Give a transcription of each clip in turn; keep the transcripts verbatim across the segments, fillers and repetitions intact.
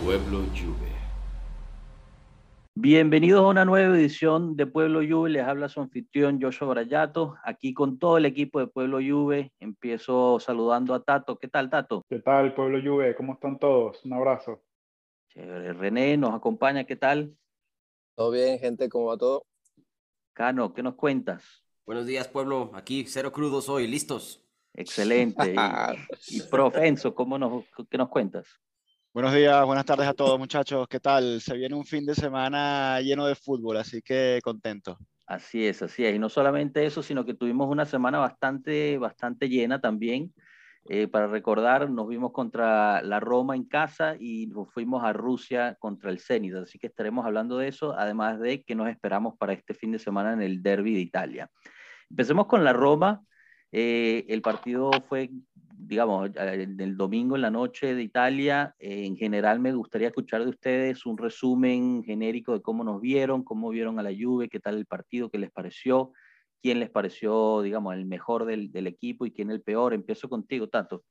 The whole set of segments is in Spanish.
Pueblo Juve. Bienvenidos a una nueva edición de Pueblo Juve. Les habla su anfitrión Joshua Brayato, aquí con todo el equipo de Pueblo Juve. Empiezo saludando a Tato. ¿Qué tal, Tato? ¿Qué tal, Pueblo Juve? ¿Cómo están todos? Un abrazo. Chévere. René nos acompaña. ¿Qué tal? Todo bien, gente, ¿cómo va todo? Cano, ¿qué nos cuentas? Buenos días, pueblo. Aquí cero crudos hoy, listos. Excelente. Y, y profe Enzo, ¿cómo nos, ¿qué nos cuentas? Buenos días, buenas tardes a todos, muchachos. ¿Qué tal? Se viene un fin de semana lleno de fútbol, así que contento. Así es, así es. Y no solamente eso, sino que tuvimos una semana bastante, bastante llena también. Eh, para recordar, nos vimos contra la Roma en casa y nos fuimos a Rusia contra el Zenit. Así que estaremos hablando de eso, además de que nos esperamos para este fin de semana en el Derby de Italia. Empecemos con la Roma. Eh, el partido fue, digamos, el domingo en la noche de Italia. Eh, en general me gustaría escuchar de ustedes un resumen genérico de cómo nos vieron, cómo vieron a la Juve, qué tal el partido, qué les pareció, quién les pareció, digamos, el mejor del, del equipo y quién el peor. Empiezo contigo, Tato.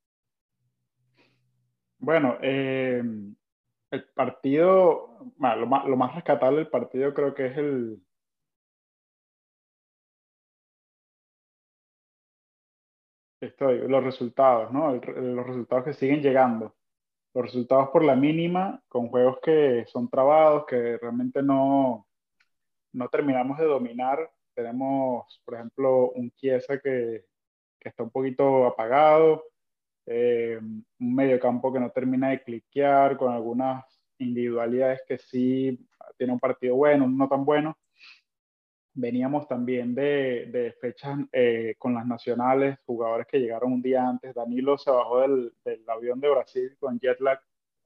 Bueno, eh, el partido, bueno, lo más, lo más rescatable del partido creo que es el, estoy, los resultados, ¿no? El- los resultados que siguen llegando. Los resultados por la mínima, con juegos que son trabados, que realmente no, no terminamos de dominar. Tenemos, por ejemplo, un Chiesa que, que está un poquito apagado, eh, un mediocampo que no termina de cliquear, con algunas individualidades que sí tiene un partido bueno, no tan bueno. Veníamos también de, de fechas eh, con las nacionales, jugadores que llegaron un día antes. Danilo se bajó del, del avión de Brasil con jet lag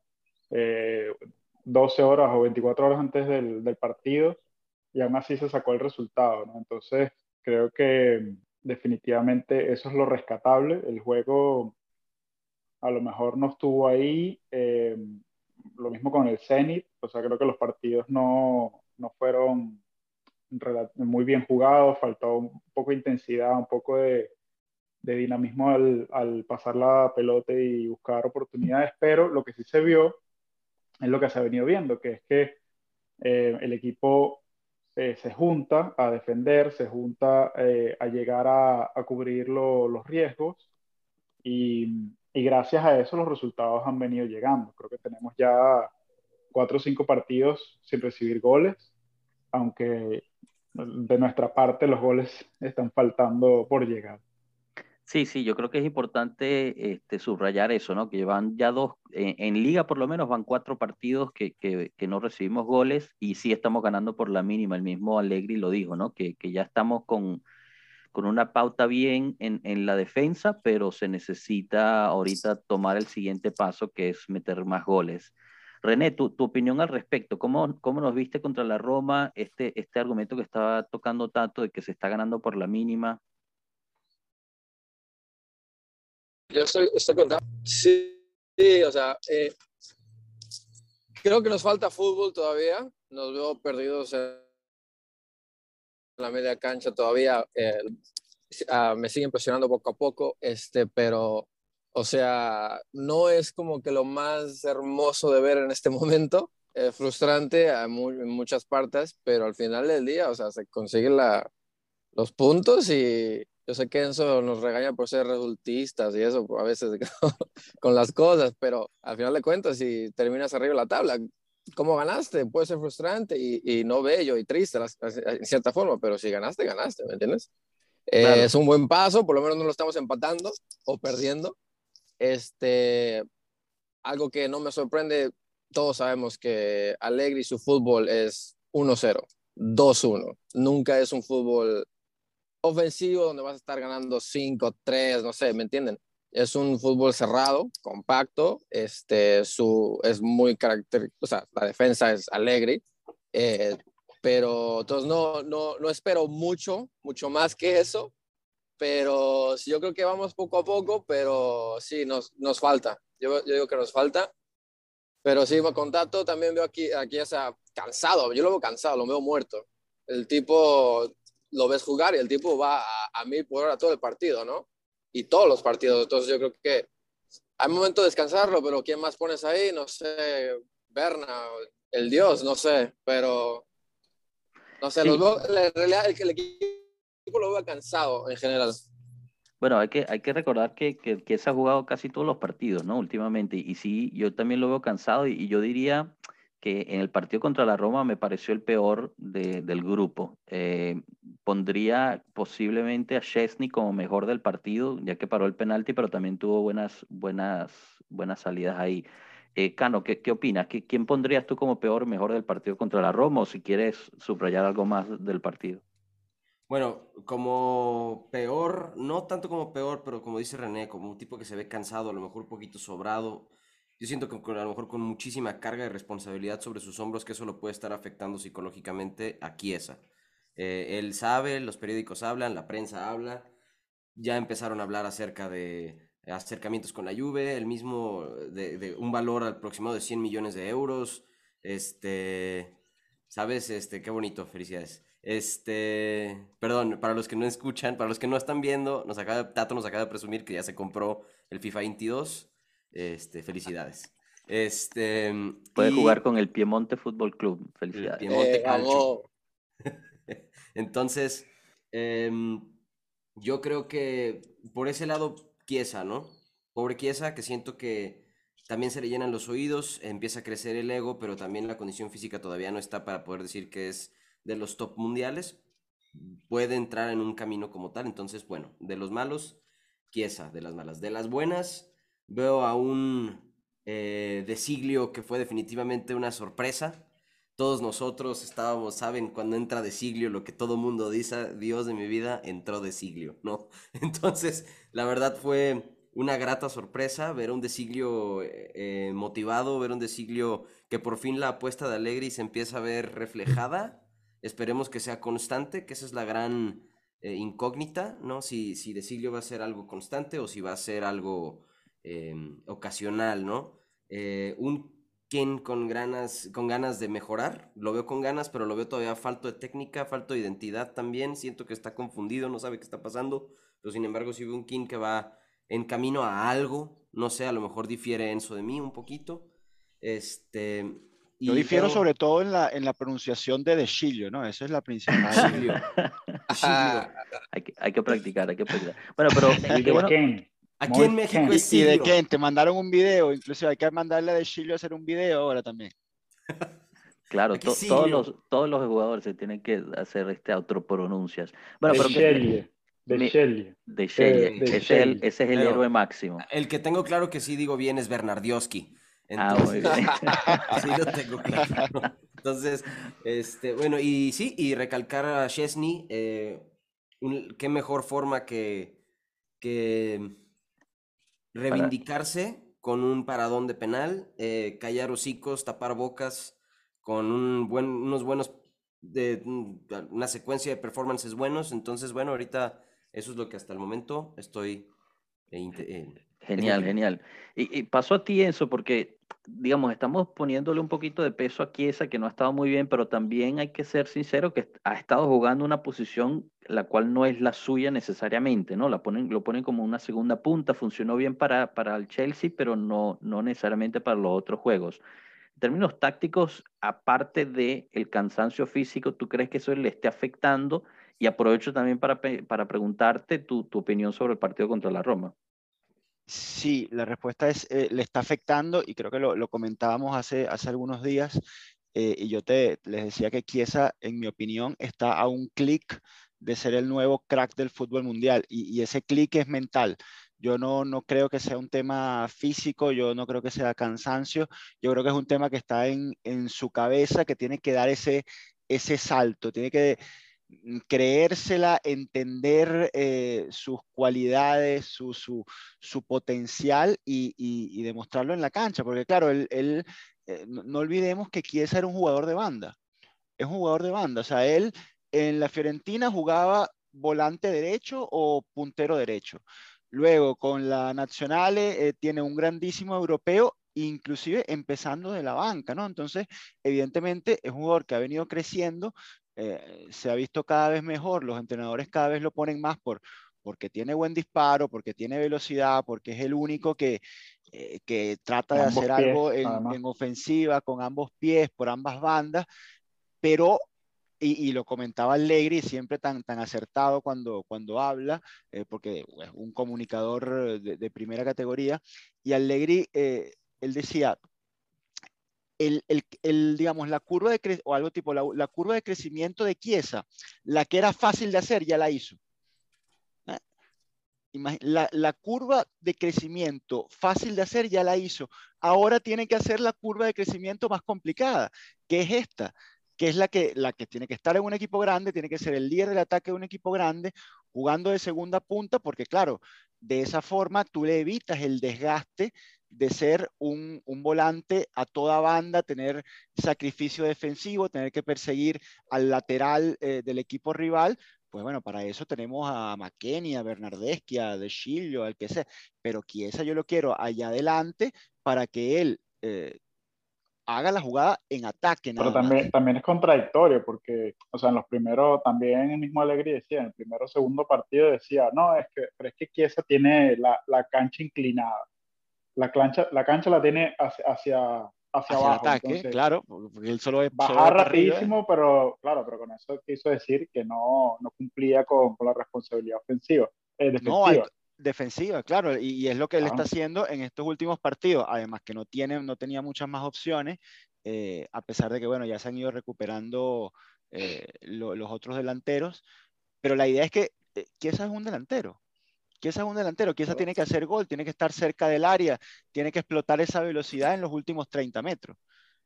eh, doce horas o veinticuatro horas antes del, del partido y aún así se sacó el resultado, ¿no? Entonces, creo que definitivamente eso es lo rescatable. El juego a lo mejor no estuvo ahí. Eh, lo mismo con el Zenit, o sea, creo que los partidos no, no fueron muy bien jugados, faltó un poco de intensidad, un poco de, de dinamismo al, al, pasar la pelota y buscar oportunidades, pero lo que sí se vio es lo que se ha venido viendo, que es que eh, el equipo eh, se junta a defender, se junta eh, a llegar a, a cubrir lo, los riesgos y, y gracias a eso los resultados han venido llegando. Creo que tenemos ya cuatro o cinco partidos sin recibir goles, aunque de nuestra parte los goles están faltando por llegar. Sí, sí, yo creo que es importante este, subrayar eso, ¿no? Que van ya dos, en, en liga por lo menos van cuatro partidos que, que, que no recibimos goles y sí estamos ganando por la mínima. El mismo Allegri lo dijo, ¿no? Que, que ya estamos con, con una pauta bien en, en la defensa, pero se necesita ahorita tomar el siguiente paso, que es meter más goles. René, tu, tu opinión al respecto, ¿cómo, ¿cómo nos viste contra la Roma este, este argumento que estaba tocando Tato de que se está ganando por la mínima? Yo estoy, estoy contento. Sí, sí, o sea, eh, creo que nos falta fútbol todavía. Nos veo perdidos en la media cancha todavía. Eh, uh, me sigue impresionando poco a poco, este, pero, o sea, no es como que lo más hermoso de ver en este momento. Eh, frustrante a mu en muchas partes, pero al final del día, o sea, se consiguen la, los puntos y yo sé que Enzo nos regaña por ser resultistas y eso a veces con las cosas, pero al final de cuentas, si terminas arriba de la tabla, ¿cómo ganaste? Puede ser frustrante y, y no bello y triste en cierta forma, pero si ganaste, ganaste, ¿me entiendes? Eh, Claro. es un buen paso, por lo menos no lo estamos empatando o perdiendo. Este, algo que no me sorprende, todos sabemos que Allegri su fútbol es uno cero, dos uno. Nunca es un fútbol ofensivo donde vas a estar ganando cinco tres, no sé, ¿me entienden? Es un fútbol cerrado, compacto, este, su, es muy característico, o sea, la defensa es Allegri, eh, pero entonces no, no, no espero mucho, mucho más que eso, pero sí, yo creo que vamos poco a poco, pero sí, nos, nos falta, yo, yo digo que nos falta, pero sí, con Tato también veo aquí, aquí ya sea cansado, yo lo veo cansado, lo veo muerto, el tipo lo ves jugar y el tipo va a, a mil por hora todo el partido, ¿no? Y todos los partidos. Entonces yo creo que hay momento de descansarlo, pero ¿quién más pones ahí? No sé, Berna, el dios, no sé, pero no sé, Sí. los veo, en realidad el, el equipo lo veo cansado en general. Bueno, hay que, hay que recordar que, que, que se ha jugado casi todos los partidos, ¿no? Últimamente. Y sí, yo también lo veo cansado y, y yo diría que en el partido contra la Roma me pareció el peor de- del grupo. Eh, pondría posiblemente a Szczęsny como mejor del partido, ya que paró el penalti, pero también tuvo buenas, buenas, buenas salidas ahí. Eh, Cano, ¿qué, qué opinas? ¿Qué- ¿Quién pondrías tú como peor, mejor del partido contra la Roma? O si quieres subrayar algo más del partido. Bueno, como peor, no tanto como peor, pero como dice René, como un tipo que se ve cansado, a lo mejor un poquito sobrado. Yo siento que con- a lo mejor con muchísima carga de responsabilidad sobre sus hombros, que eso lo puede estar afectando psicológicamente a Chiesa. Eh, él sabe, los periódicos hablan, la prensa habla, ya empezaron a hablar acerca de acercamientos con la Juve, el mismo de, de un valor aproximado de cien millones de euros. Este, ¿sabes? Este, qué bonito, felicidades. Este, perdón, para los que no escuchan, para los que no están viendo, nos acaba, Tato nos acaba de presumir que ya se compró el FIFA veintidós. Este, felicidades. Este, Puede jugar y con el Piemonte Fútbol Club. el Felicidades. Piemonte Eh, Calcio. vamos, Entonces, em, yo creo que por ese lado, Chiesa, ¿no? Pobre Chiesa, que siento que también se le llenan los oídos, empieza a crecer el ego, pero también la condición física todavía no está para poder decir que es de los top mundiales. Puede entrar en un camino como tal. Entonces, bueno, de los malos, Chiesa, de las malas. De las buenas, veo a un eh, De Siglio que fue definitivamente una sorpresa. Todos nosotros estábamos, saben, cuando entra De Siglio, lo que todo mundo dice, Dios de mi vida, entró De Siglio, ¿no? Entonces, la verdad fue una grata sorpresa ver a un De Siglio eh, eh, motivado, ver a un De Siglio que por fin la apuesta de Allegri se empieza a ver reflejada. Esperemos que sea constante, que esa es la gran eh, incógnita, ¿no? Si, si De Siglio va a ser algo constante o si va a ser algo eh, ocasional, ¿no? Eh, un Ken con ganas, con ganas de mejorar, lo veo con ganas, pero lo veo todavía falto de técnica, falto de identidad también, siento que está confundido, no sabe qué está pasando, pero sin embargo sí veo un Ken que va en camino a algo, no sé, a lo mejor difiere Enzo de mí un poquito, este, Yo y difiero veo sobre todo en la, en la pronunciación de De Chilio, ¿no? Esa es la De principal. Siglio, De Siglio. Hay que, hay que practicar, hay que practicar. Bueno, pero Y qué de bueno. Ken, Aquí en Moise México Ken. es Y, y de Siglio. Ken, te mandaron un video, inclusive hay que mandarle a De Chilio a hacer un video ahora también. Claro, Aquí es to- todos los, Siglio. todos los jugadores se tienen que hacer este autopronuncias. Bueno, De pero que, que- Shelly, de mi- Shelly, de de, Shelley, Sí. de ese es el, Shelly. ese es el héroe Bueno, máximo. el que tengo claro que sí digo bien es Bernardioski. Ah, muy bien. Entonces, sí lo tengo claro. Entonces, este, bueno, y sí, y recalcar a Chesney, eh, un- qué mejor forma que, que Para, reivindicarse con un paradón de penal, eh, callar hocicos, tapar bocas, con un buen, unos buenos, de, un- una secuencia de performances buenos. Entonces, bueno, ahorita eso es lo que hasta el momento estoy, eh, inte- eh, es mi Genial, opinión. genial. Y, y pasó a ti eso porque, digamos, estamos poniéndole un poquito de peso a Chiesa, que no ha estado muy bien, pero también hay que ser sincero que ha estado jugando una posición la cual no es la suya necesariamente, ¿no? La ponen, lo ponen como una segunda punta, funcionó bien para, para el Chelsea, pero no, no necesariamente para los otros juegos. En términos tácticos, aparte del cansancio físico, ¿tú crees que eso le esté afectando? Y aprovecho también para, pe- para preguntarte tu, tu opinión sobre el partido contra la Roma. Sí, la respuesta es, eh, le está afectando y creo que lo, lo comentábamos hace, hace algunos días eh, y yo te les decía que Chiesa, en mi opinión, está a un clic de ser el nuevo crack del fútbol mundial y, y ese clic es mental. Yo no, no creo que sea un tema físico, yo no creo que sea cansancio, yo creo que es un tema que está en, en su cabeza, que tiene que dar ese, ese salto, tiene que creérsela, entender eh, sus cualidades, su, su, su potencial y, y, y, demostrarlo en la cancha, porque claro, él, él eh, no, no olvidemos que Chiesa era un jugador de banda, es un jugador de banda, o sea, él en la Fiorentina jugaba volante derecho o puntero derecho. Luego con la Nazionale eh, tiene un grandísimo europeo, inclusive empezando de la banca, ¿no? Entonces, evidentemente es un jugador que ha venido creciendo, eh, se ha visto cada vez mejor, los entrenadores cada vez lo ponen más por, porque tiene buen disparo, porque tiene velocidad, porque es el único que, eh, que trata de Ambos hacer pies, algo en, además. en ofensiva con ambos pies, por ambas bandas, pero, y, y lo comentaba Allegri, siempre tan, tan acertado cuando, cuando habla, eh, porque es un comunicador de, de primera categoría, y Allegri, eh, él decía, el, el, el, digamos, la curva de crecimiento, o algo tipo, la, la curva de crecimiento de Chiesa, la que era fácil de hacer, ya la hizo. ¿Eh? La, la, curva de crecimiento fácil de hacer ya la hizo. Ahora tiene que hacer la curva de crecimiento más complicada, que es esta, que es la que, la que tiene que estar en un equipo grande, tiene que ser el líder del ataque de un equipo grande, jugando de segunda punta, porque claro, de esa forma tú le evitas el desgaste de ser un, un volante a toda banda, tener sacrificio defensivo, tener que perseguir al lateral eh, del equipo rival. Pues bueno, para eso tenemos a McKennie, a Bernardeschi, a De Sciglio, al que sea, pero Chiesa yo lo quiero allá adelante para que él eh, haga la jugada en ataque Pero nada más. también, también es contradictorio porque, o sea, en los primeros, también el mismo Allegri decía, en el primero o segundo partido decía, no, es que, pero es que Chiesa tiene la, la cancha inclinada, la cancha, la cancha la tiene hacia, hacia, hacia Hacia el abajo, ataque, entonces claro, porque él solo, solo ve bajar para arriba. rapidísimo, pero claro, pero con eso quiso decir que no, no cumplía con, con la responsabilidad ofensiva, eh, No, al, defensiva. defensiva, claro, y, y, es lo que él está Claro. haciendo en estos últimos partidos, además que no, tiene, no tenía muchas más opciones, eh, a pesar de que, bueno, ya se han ido recuperando eh, lo, los otros delanteros, pero la idea es que eh, Chiesa es un delantero. Chiesa es un delantero, Chiesa tiene que hacer gol, tiene que estar cerca del área, tiene que explotar esa velocidad en los últimos treinta metros.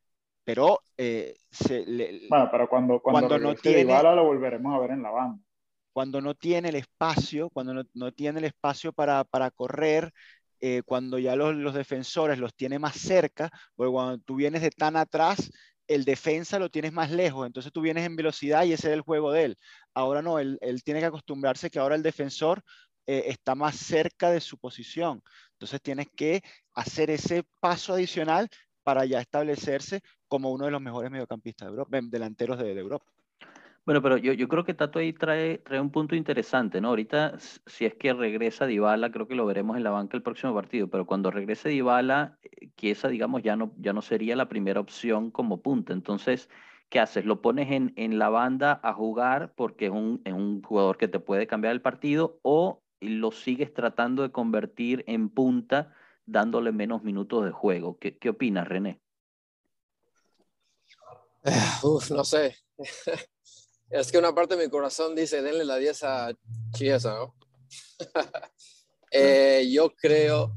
Pero eh, se, le, Bueno, pero cuando, cuando cuando no regrese tiene, Dybala lo volveremos a ver en la banda. cuando no tiene el espacio, cuando no, no tiene el espacio para, para correr, eh, cuando ya los, los, defensores los tiene más cerca, porque cuando tú vienes de tan atrás, el defensa lo tienes más lejos, entonces tú vienes en velocidad y ese es el juego de él. Ahora no, él, él tiene que acostumbrarse que ahora el defensor eh, está más cerca de su posición, entonces tienes que hacer ese paso adicional para ya establecerse como uno de los mejores mediocampistas de Europa, delanteros de, de Europa. Bueno, pero yo, yo creo que Tato ahí trae, trae un punto interesante, ¿no? Ahorita, s- si es que regresa Dybala, creo que lo veremos en la banca el próximo partido, pero cuando regrese Dybala, eh, Chiesa, digamos, ya no, ya no sería la primera opción como punta. Entonces, ¿qué haces? ¿Lo pones en, en la banda a jugar porque es un, es un jugador que te puede cambiar el partido o lo sigues tratando de convertir en punta dándole menos minutos de juego? ¿Qué, qué opinas, René? Uf, no sé. Es que una parte de mi corazón dice, denle la diez a Chiesa, ¿no? eh, yo creo,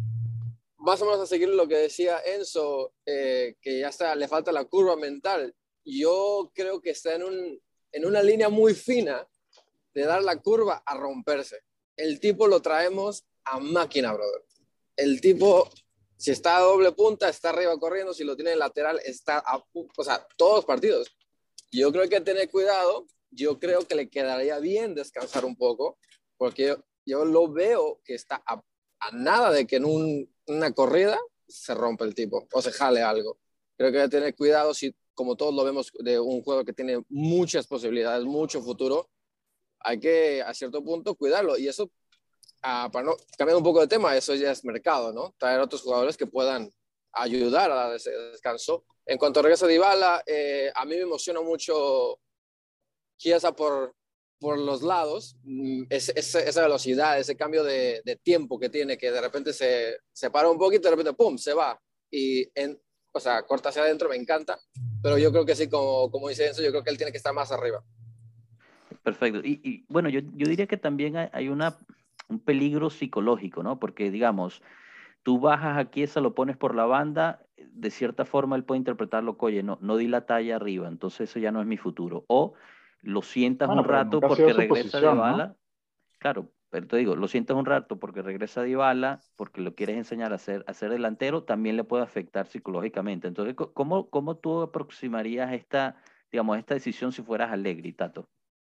más o menos a seguir lo que decía Enzo, eh, que ya está, le falta la curva mental. Yo creo que está en, un, en una línea muy fina de dar la curva a romperse. El tipo lo traemos a máquina, brother. El tipo, si está a doble punta, está arriba corriendo, si lo tiene en lateral, está a, o sea, todos los partidos. Yo creo que hay que tener cuidado, yo creo que le quedaría bien descansar un poco, porque yo, yo lo veo que está a, a nada de que en un, una corrida se rompe el tipo o se jale algo. Creo que hay que tener cuidado si, como todos lo vemos, de un juego que tiene muchas posibilidades, mucho futuro, hay que a cierto punto cuidarlo. Y eso, ah, para no cambiar un poco de tema, eso ya es mercado, ¿no? Traer otros jugadores que puedan ayudar a dar ese descanso. En cuanto a regresa Dybala, eh, a mí me emociona mucho Chiesa por, por los lados, es, es, esa velocidad, ese cambio de, de, tiempo que tiene, que de repente se, se para un poquito, de repente, ¡pum!, se va. Y, en, o sea, corta hacia adentro, me encanta. Pero yo creo que sí, como, como dice Enzo, yo creo que él tiene que estar más arriba. Perfecto. Y, y bueno, yo, yo diría que también hay, hay una, un peligro psicológico, ¿no? Porque, digamos, tú bajas a Chiesa, lo pones por la banda, de cierta forma él puede interpretarlo, oye, no, no di la talla arriba, entonces eso ya no es mi futuro. O lo sientas un Bueno, pero rato nunca ha sido porque su regresa posición, ¿no? Dybala, claro, pero te digo, lo sientas un rato porque regresa Dybala, porque lo quieres enseñar a ser, a ser delantero, también le puede afectar psicológicamente. Entonces, ¿cómo, cómo tú aproximarías esta, digamos, esta decisión si fueras Allegri, Tato?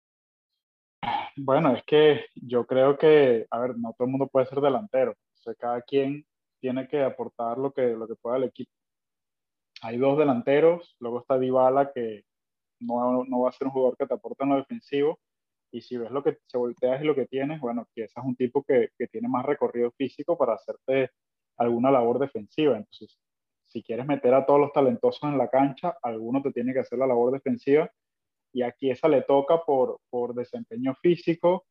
Bueno, es que yo creo que, a ver, no todo el mundo puede ser delantero. O sea, cada quien tiene que aportar lo que, lo que pueda al equipo. Hay dos delanteros, luego está Dybala, que no, no va a ser un jugador que te aporte en lo defensivo. Y si ves lo que se volteas y lo que tienes, bueno, que ese es un tipo que, que tiene más recorrido físico para hacerte alguna labor defensiva. Entonces, si quieres meter a todos los talentosos en la cancha, alguno te tiene que hacer la labor defensiva, y aquí esa le toca por, por desempeño físico.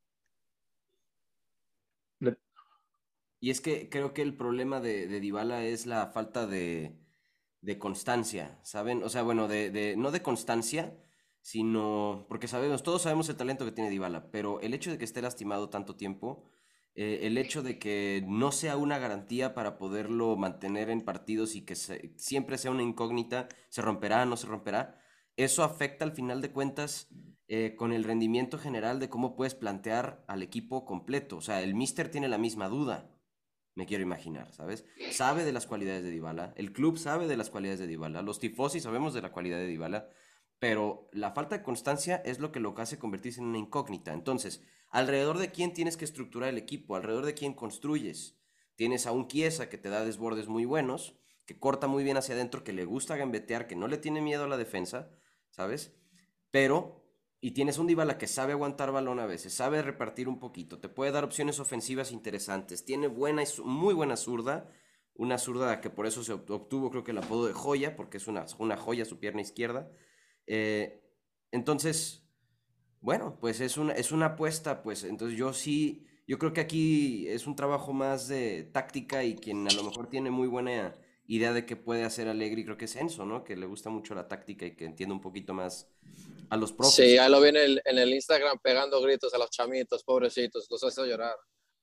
Le- Y es que creo que el problema de, de Dybala es la falta de, de constancia, ¿saben? O sea, bueno, de, de- no de constancia, sino porque sabemos, todos sabemos el talento que tiene Dybala, pero el hecho de que esté lastimado tanto tiempo, eh, el hecho de que no sea una garantía para poderlo mantener en partidos y que se- siempre sea una incógnita, se romperá, no se romperá, eso afecta al final de cuentas eh, con el rendimiento general de cómo puedes plantear al equipo completo. O sea, el Mister tiene la misma duda, me quiero imaginar, ¿sabes? Sabe de las cualidades de Dybala, el club sabe de las cualidades de Dybala, los tifosi sabemos de la cualidad de Dybala, pero la falta de constancia es lo que lo hace convertirse en una incógnita. Entonces, ¿alrededor de quién tienes que estructurar el equipo? ¿Alrededor de quién construyes? Tienes a un Chiesa que te da desbordes muy buenos, que corta muy bien hacia adentro, que le gusta gambetear, que no le tiene miedo a la defensa, ¿sabes? Pero y tienes un Dybala que sabe aguantar balón a veces, sabe repartir un poquito, te puede dar opciones ofensivas interesantes, tiene buena y su- muy buena zurda, una zurda que por eso se obt- obtuvo creo que el apodo de joya, porque es una, una joya su pierna izquierda. Eh, entonces, bueno, pues es una, es una apuesta, pues entonces yo sí, yo creo que aquí es un trabajo más de táctica y quien a lo mejor tiene muy buena idea de qué puede hacer Allegri, creo que es Enzo, ¿no? Que le gusta mucho la táctica y que entiende un poquito más a los Sí, profes. ya lo vi en el, en el Instagram pegando gritos a los chamitos, pobrecitos, los hace llorar.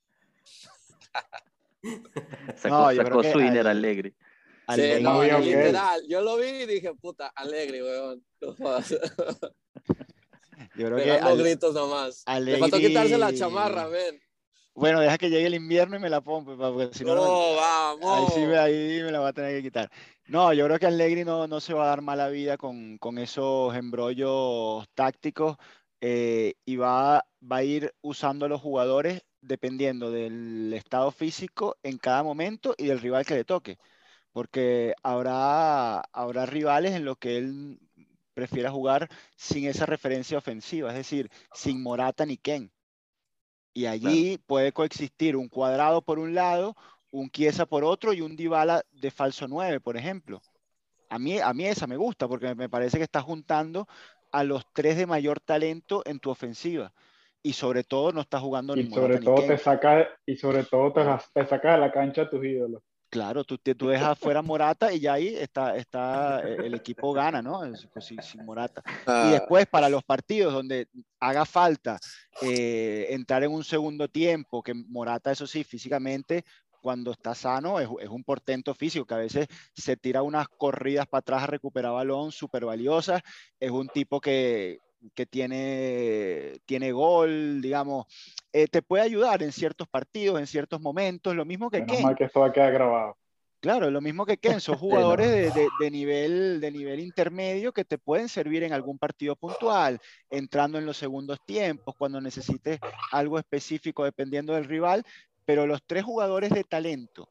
Sacó, No, yo creo sacó que su inner al, Allegri. Sí, yo no no, vi Allegri, a ok. literal, yo lo vi y dije, puta, alegre, weón. No jodas. yo creo que Pegando al, gritos nomás. Le faltó quitarse la chamarra, Allegri, men. bueno, deja que llegue el invierno y me la pongo, pues, porque si no, no, No, ahí sí me, vamos. ahí me la va a tener que quitar. No, yo creo que Allegri no, no se va a dar mala vida con, con esos embrollos tácticos, eh, y va, va a ir usando a los jugadores dependiendo del estado físico en cada momento y del rival que le toque, porque habrá, habrá rivales en los que él prefiera jugar sin esa referencia ofensiva, es decir, sin Morata ni Ken. Y Claro. allí puede coexistir un Cuadrado por un lado, un Chiesa por otro y un Dybala de falso nueve, por ejemplo. A mí, a mí esa me gusta porque me parece que está juntando a los tres de mayor talento en tu ofensiva. Y sobre todo no está jugando ni Y sobre Morata ni todo te Ken. saca, y sobre todo te, Claro, las- te saca de la cancha a tus ídolos. claro, tú, te- tú dejas fuera Morata y ya ahí está, está eh, el equipo gana, ¿no? Es- pues, sin, sin Morata. Y Ah, después para los partidos donde haga falta eh, entrar en un segundo tiempo, que Morata, eso sí, físicamente, cuando está sano, es, es un portento físico, que a veces se tira unas corridas para atrás a recuperar balón súper valiosas. Es un tipo que, que tiene, tiene gol, digamos, eh, te puede ayudar en ciertos partidos, en ciertos momentos, lo mismo que Menos mal Ken. que esto va a quedar grabado. Claro, lo mismo que Ken, son Sí, jugadores no. de, de- de nivel, de nivel intermedio que te pueden servir en algún partido puntual, entrando en los segundos tiempos, cuando necesites algo específico dependiendo del rival, pero los tres jugadores de talento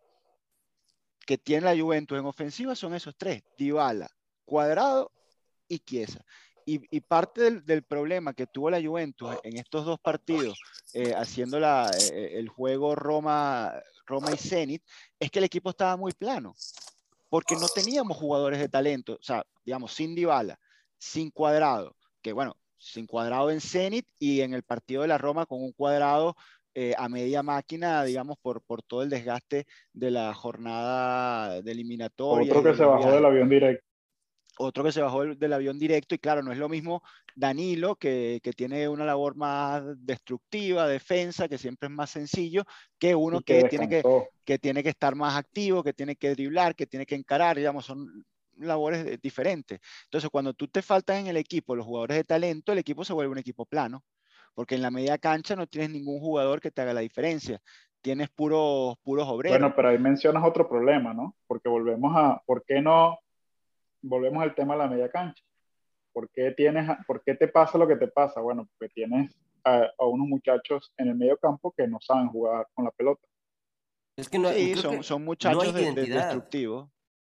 que tiene la Juventus en ofensiva son esos tres: Dybala, Cuadrado y Chiesa. Y, y parte del, del, problema que tuvo la Juventus en estos dos partidos, eh, haciendo la, eh, el juego Roma, Roma y Zenit, es que el equipo estaba muy plano, porque no teníamos jugadores de talento, o sea, digamos, sin Dybala, sin Cuadrado, que bueno, sin Cuadrado en Zenit y en el partido de la Roma con un Cuadrado eh, a media máquina, digamos, por, por todo el desgaste de la jornada de eliminatorias Otro y que de se los bajó del viajes. avión directo. Otro que se bajó del, del avión directo, y claro, no es lo mismo Danilo, que, que, tiene una labor más destructiva, defensa, que siempre es más sencillo, que uno Y que que tiene que, descansó. que tiene que estar más activo, que tiene que driblar, que tiene que encarar, digamos, son labores diferentes. Entonces, cuando tú te faltas en el equipo los jugadores de talento, el equipo se vuelve un equipo plano, porque en la media cancha no tienes ningún jugador que te haga la diferencia, tienes puros, puros obreros. Bueno, pero ahí mencionas otro problema, ¿no? Porque volvemos a, ¿por qué no? Volvemos al tema de la media cancha. ¿Por qué, tienes, ¿Por qué te pasa lo que te pasa? Bueno, porque tienes a, a unos muchachos en el medio campo que no saben jugar con la pelota. Es que no, Sí, creo son, que son no hay muchachos de, de identidad. destructivos.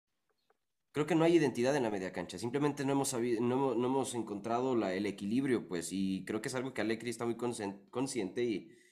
Creo que no hay identidad en la media cancha. Simplemente no hemos sabido, no hemos, no hemos encontrado la- el equilibrio, pues. Y creo que es algo que Allegri está muy conscien- consciente y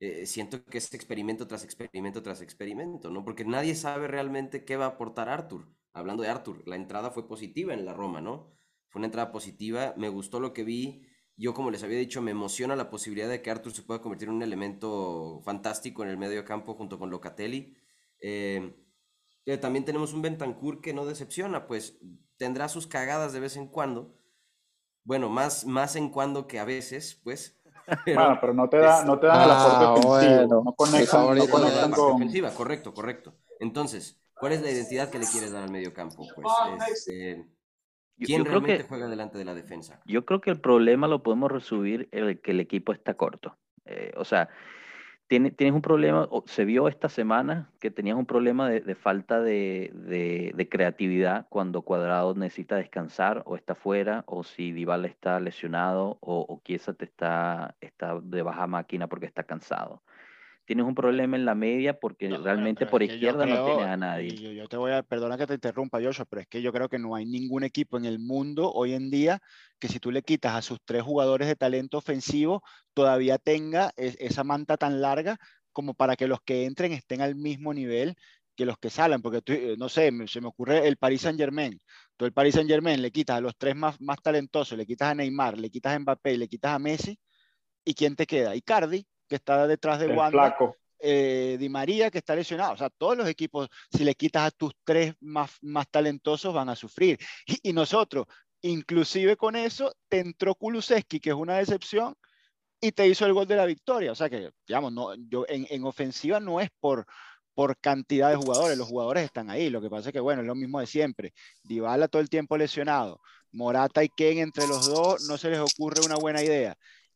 eh, siento que es experimento tras experimento tras experimento, ¿no? Porque nadie sabe realmente qué va a aportar Arthur. Hablando de Arthur, la entrada fue positiva en la Roma, ¿no? Fue una entrada positiva, me gustó lo que vi. Yo, como les había dicho, me emociona la posibilidad de que Arthur se pueda convertir en un elemento fantástico en el medio campo junto con Locatelli. Eh, eh, también tenemos un Bentancur que no decepciona, pues tendrá sus cagadas de vez en cuando. Bueno, más, más en cuando que a veces, pues, Bueno, pero pero no te da, es, no te dan el aporte Ah, ofensivo, bueno, no mi conectan, no no te favorito dan la conectan es. parte con, ofensiva, correcto, correcto. Entonces, ¿cuál es la identidad que le quieres dar al medio campo? Pues, este, Yo, ¿quién yo creo realmente que, juega delante de la defensa? yo creo que el problema lo podemos resumir en el que el equipo está corto. Eh, o sea, tiene- tienes un problema, o se vio esta semana que tenías un problema de, de falta de, de- de creatividad cuando Cuadrado necesita descansar o está fuera, o si Dybala está lesionado o, o Chiesa te está, está de baja máquina porque está cansado. Tienes un problema en la media porque No, bueno, realmente pero es por que yo izquierda no tienes creo, a y nadie. yo, yo te voy a, perdona que te interrumpa, Joshua, pero es que yo creo que no hay ningún equipo en el mundo hoy en día que si tú le quitas a sus tres jugadores de talento ofensivo, todavía tenga es- esa manta tan larga como para que los que entren estén al mismo nivel que los que salen, porque tú, eh, no sé, me- se me ocurre el Paris Saint-Germain. Tú el Paris Saint-Germain le quitas a los tres más, más talentosos, le quitas a Neymar, le quitas a Mbappé, le quitas a Messi, ¿y quién te queda? Icardi, que está detrás de el Wanda, flaco. eh, Di María, que está lesionado. O sea, todos los equipos, si le quitas a tus tres más, más talentosos, van a sufrir. Y, y nosotros, inclusive con eso, te entró Kulusevski, que es una decepción, y te hizo el gol de la victoria. O sea que, digamos, no, yo en, en ofensiva no es por, por cantidad de jugadores, los jugadores están ahí. Lo que pasa es que, bueno, es lo mismo de siempre. Dybala todo el tiempo lesionado. Morata y Ken entre los dos no se les ocurre una buena idea.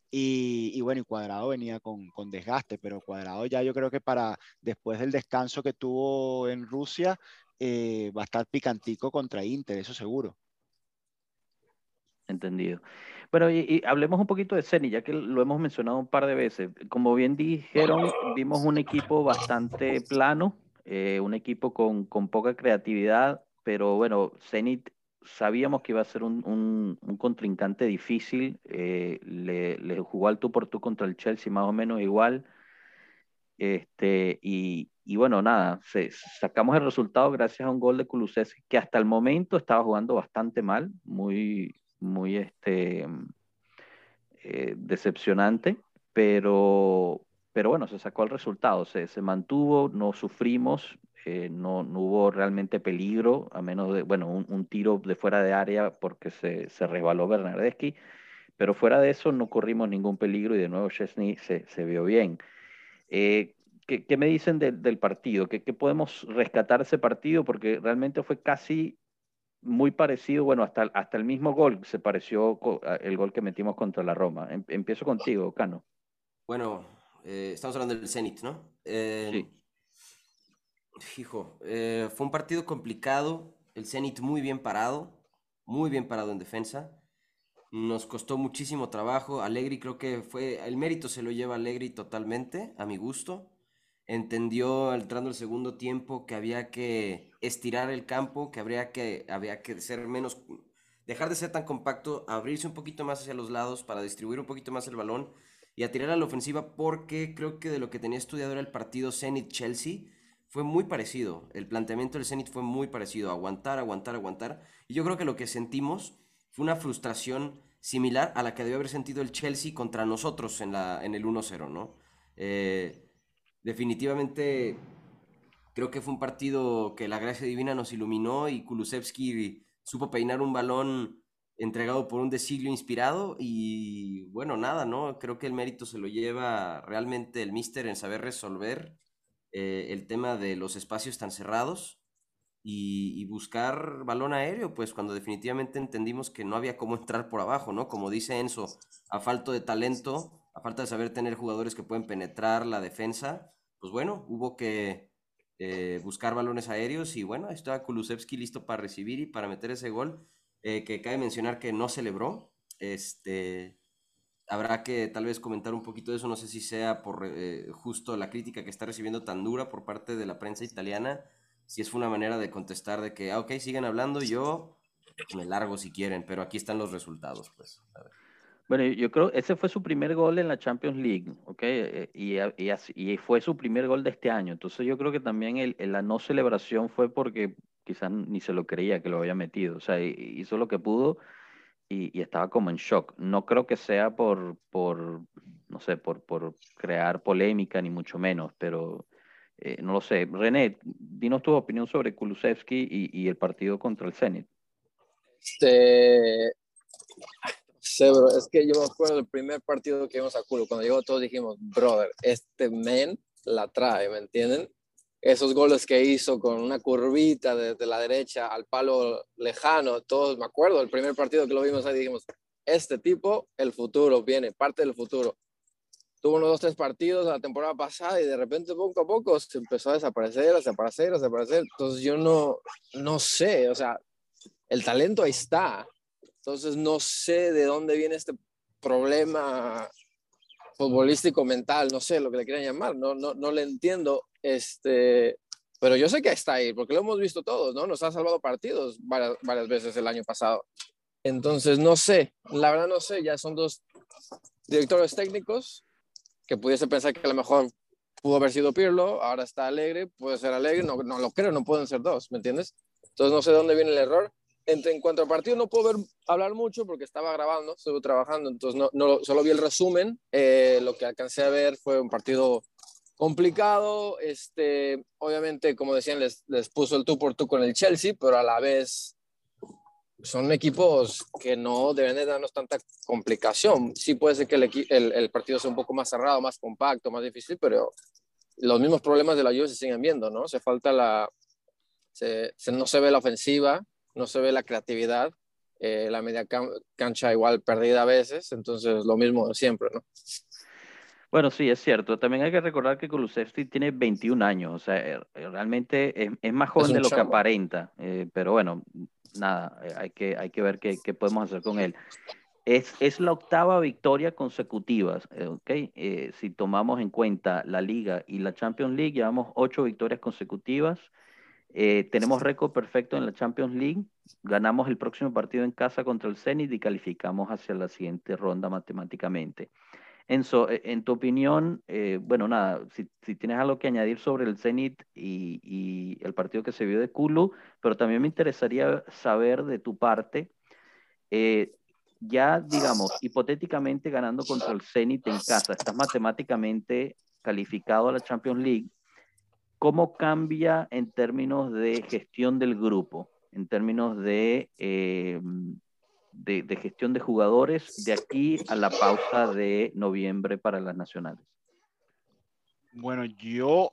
Y, y bueno, y Cuadrado venía con, con desgaste, pero Cuadrado ya yo creo que para después del descanso que tuvo en Rusia, eh, va a estar picantico contra Inter, eso seguro. Entendido. Bueno, y, y hablemos un poquito de Ceni, ya que lo hemos mencionado un par de veces. Como bien dijeron, vimos un equipo bastante plano, eh, un equipo con, con poca creatividad, pero bueno, Zenit sabíamos que iba a ser un, un- un contrincante difícil. Eh, le, le jugó al tú por tú contra el Chelsea más o menos igual. Este, y, y bueno, nada, se- sacamos el resultado gracias a un gol de Kulusevski que hasta el momento estaba jugando bastante mal, muy, muy este, eh, decepcionante, pero, pero bueno, se sacó el resultado, se, se mantuvo, no sufrimos, eh, no, no hubo realmente peligro, a menos de, bueno, un, un tiro de fuera de área porque se, se resbaló Bernardeschi, pero fuera de eso no corrimos ningún peligro y de nuevo Chesney se, se vio bien. Eh, ¿qué, qué me dicen del del partido? ¿Qué, qué podemos rescatar de ese partido? Porque realmente fue casi muy parecido, bueno, hasta, hasta el mismo gol se pareció co- a- el gol que metimos contra la Roma. Em- empiezo contigo, Cano. Bueno, eh, estamos hablando del Zenit, ¿no? Eh, Sí, hijo, eh, fue un partido complicado, el Zenit muy bien parado, muy bien parado en defensa. Nos costó muchísimo trabajo. Allegri creo que fue, el mérito se lo lleva Allegri totalmente, a mi gusto. Entendió entrando el segundo tiempo que había que estirar el campo, que habría que, había que ser menos, dejar de ser tan compacto, abrirse un poquito más hacia los lados para distribuir un poquito más el balón y a tirar a la ofensiva porque creo que de lo que tenía estudiado era el partido Zenit-Chelsea. Fue muy parecido, el planteamiento del Zenit fue muy parecido, aguantar, aguantar, aguantar. Y yo creo que lo que sentimos fue una frustración similar a la que debió haber sentido el Chelsea contra nosotros en, la, en el uno cero, ¿no? Eh, definitivamente creo que fue un partido que la gracia divina nos iluminó y Kulusevski supo peinar un balón entregado por un desiglio inspirado y bueno, nada, ¿no? Creo que el mérito se lo lleva realmente el míster en saber resolver eh, el tema de los espacios tan cerrados y, y buscar balón aéreo, pues cuando definitivamente entendimos que no había cómo entrar por abajo, ¿no? Como dice Enzo, a falta de talento, a falta de saber tener jugadores que pueden penetrar la defensa, pues bueno, hubo que eh, buscar balones aéreos y bueno, ahí estaba Kulusevski listo para recibir y para meter ese gol, eh, que cabe mencionar que no celebró, este... Habrá que tal vez comentar un poquito de eso, no sé si sea por eh, justo la crítica que está recibiendo tan dura por parte de la prensa italiana, si es una manera de contestar de que, ah, ok, sigan hablando, yo me largo si quieren, pero aquí están los resultados, pues. A ver. Bueno, yo creo ese fue su primer gol en la Champions League, ¿ok? Eh, Y, y, así- y fue su primer gol de este año. Entonces yo creo que también el, el- la no celebración fue porque quizás ni se lo creía que lo había metido. O sea, hi- hizo lo que pudo y, y estaba como en shock. No creo que sea por, por no sé, por, por crear polémica, ni mucho menos, pero eh, no lo sé. René, dinos tu opinión sobre Kulusevski y, y el partido contra el Zenit. Este, sé, bro, es que yo me acuerdo del primer partido que vimos a Culo, cuando llegó todos dijimos, brother, este men la trae, ¿me entienden? Esos goles que hizo con una curvita desde la derecha al palo lejano, todos, me acuerdo, el primer partido que lo vimos ahí dijimos, este tipo, el futuro, viene, parte del futuro. Tuvo unos dos, tres partidos la temporada pasada y de repente poco a poco se empezó a desaparecer, a desaparecer, a desaparecer. Entonces yo no, no sé, o sea, el talento ahí está. Entonces no sé de dónde viene este problema futbolístico mental, no sé lo que le quieran llamar, no, no, no le entiendo, este, pero yo sé que está ahí, porque lo hemos visto todos, ¿no? Nos ha salvado partidos varias, varias veces el año pasado. Entonces no sé, la verdad no sé, ya son dos directores técnicos que pudiese pensar que a lo mejor pudo haber sido Pirlo, ahora está Alegre, puede ser Alegre, no, no lo creo, no pueden ser dos, ¿me entiendes? Entonces no sé de dónde viene el error. En, en cuanto al partido no puedo ver, hablar mucho porque estaba grabando, estuve trabajando, entonces no, no, solo vi el resumen. Eh, lo que alcancé a ver fue un partido complicado. Este, obviamente, como decían, les, les puso el tú por tú con el Chelsea, pero a la vez son equipos que no deben de darnos tanta complicación. Sí puede ser que el, el, el partido sea un poco más cerrado, más compacto, más difícil, pero los mismos problemas de la Juve se siguen viendo, ¿no? Se falta la... Se, se, no se ve la ofensiva, no se ve la creatividad, eh, la media can cancha igual perdida a veces, entonces lo mismo siempre, ¿no? Bueno, sí, es cierto. También hay que recordar que Kulusevski tiene veintiún años, o sea, eh, realmente es, es más Es joven un de lo que chamo. aparenta, eh, pero bueno, nada, eh, hay que, hay que ver qué, qué podemos hacer con él. Es, es la octava victoria consecutiva, eh, ¿ok? Eh, si tomamos en cuenta la Liga y la Champions League, llevamos ocho victorias consecutivas. Eh, tenemos récord perfecto en la Champions League. Ganamos el próximo partido en casa contra el Zenit y calificamos hacia la siguiente ronda matemáticamente. Enzo, eh, en tu opinión, eh, bueno, nada, si, si tienes algo que añadir sobre el Zenit y, y el partido que se vio de Kulu, pero también me interesaría saber de tu parte, eh, ya digamos, hipotéticamente ganando contra el Zenit en casa, estás matemáticamente calificado a la Champions League. ¿Cómo cambia en términos de gestión del grupo, en términos de, eh, de, de gestión de jugadores de aquí a la pausa de noviembre para las nacionales? Bueno, yo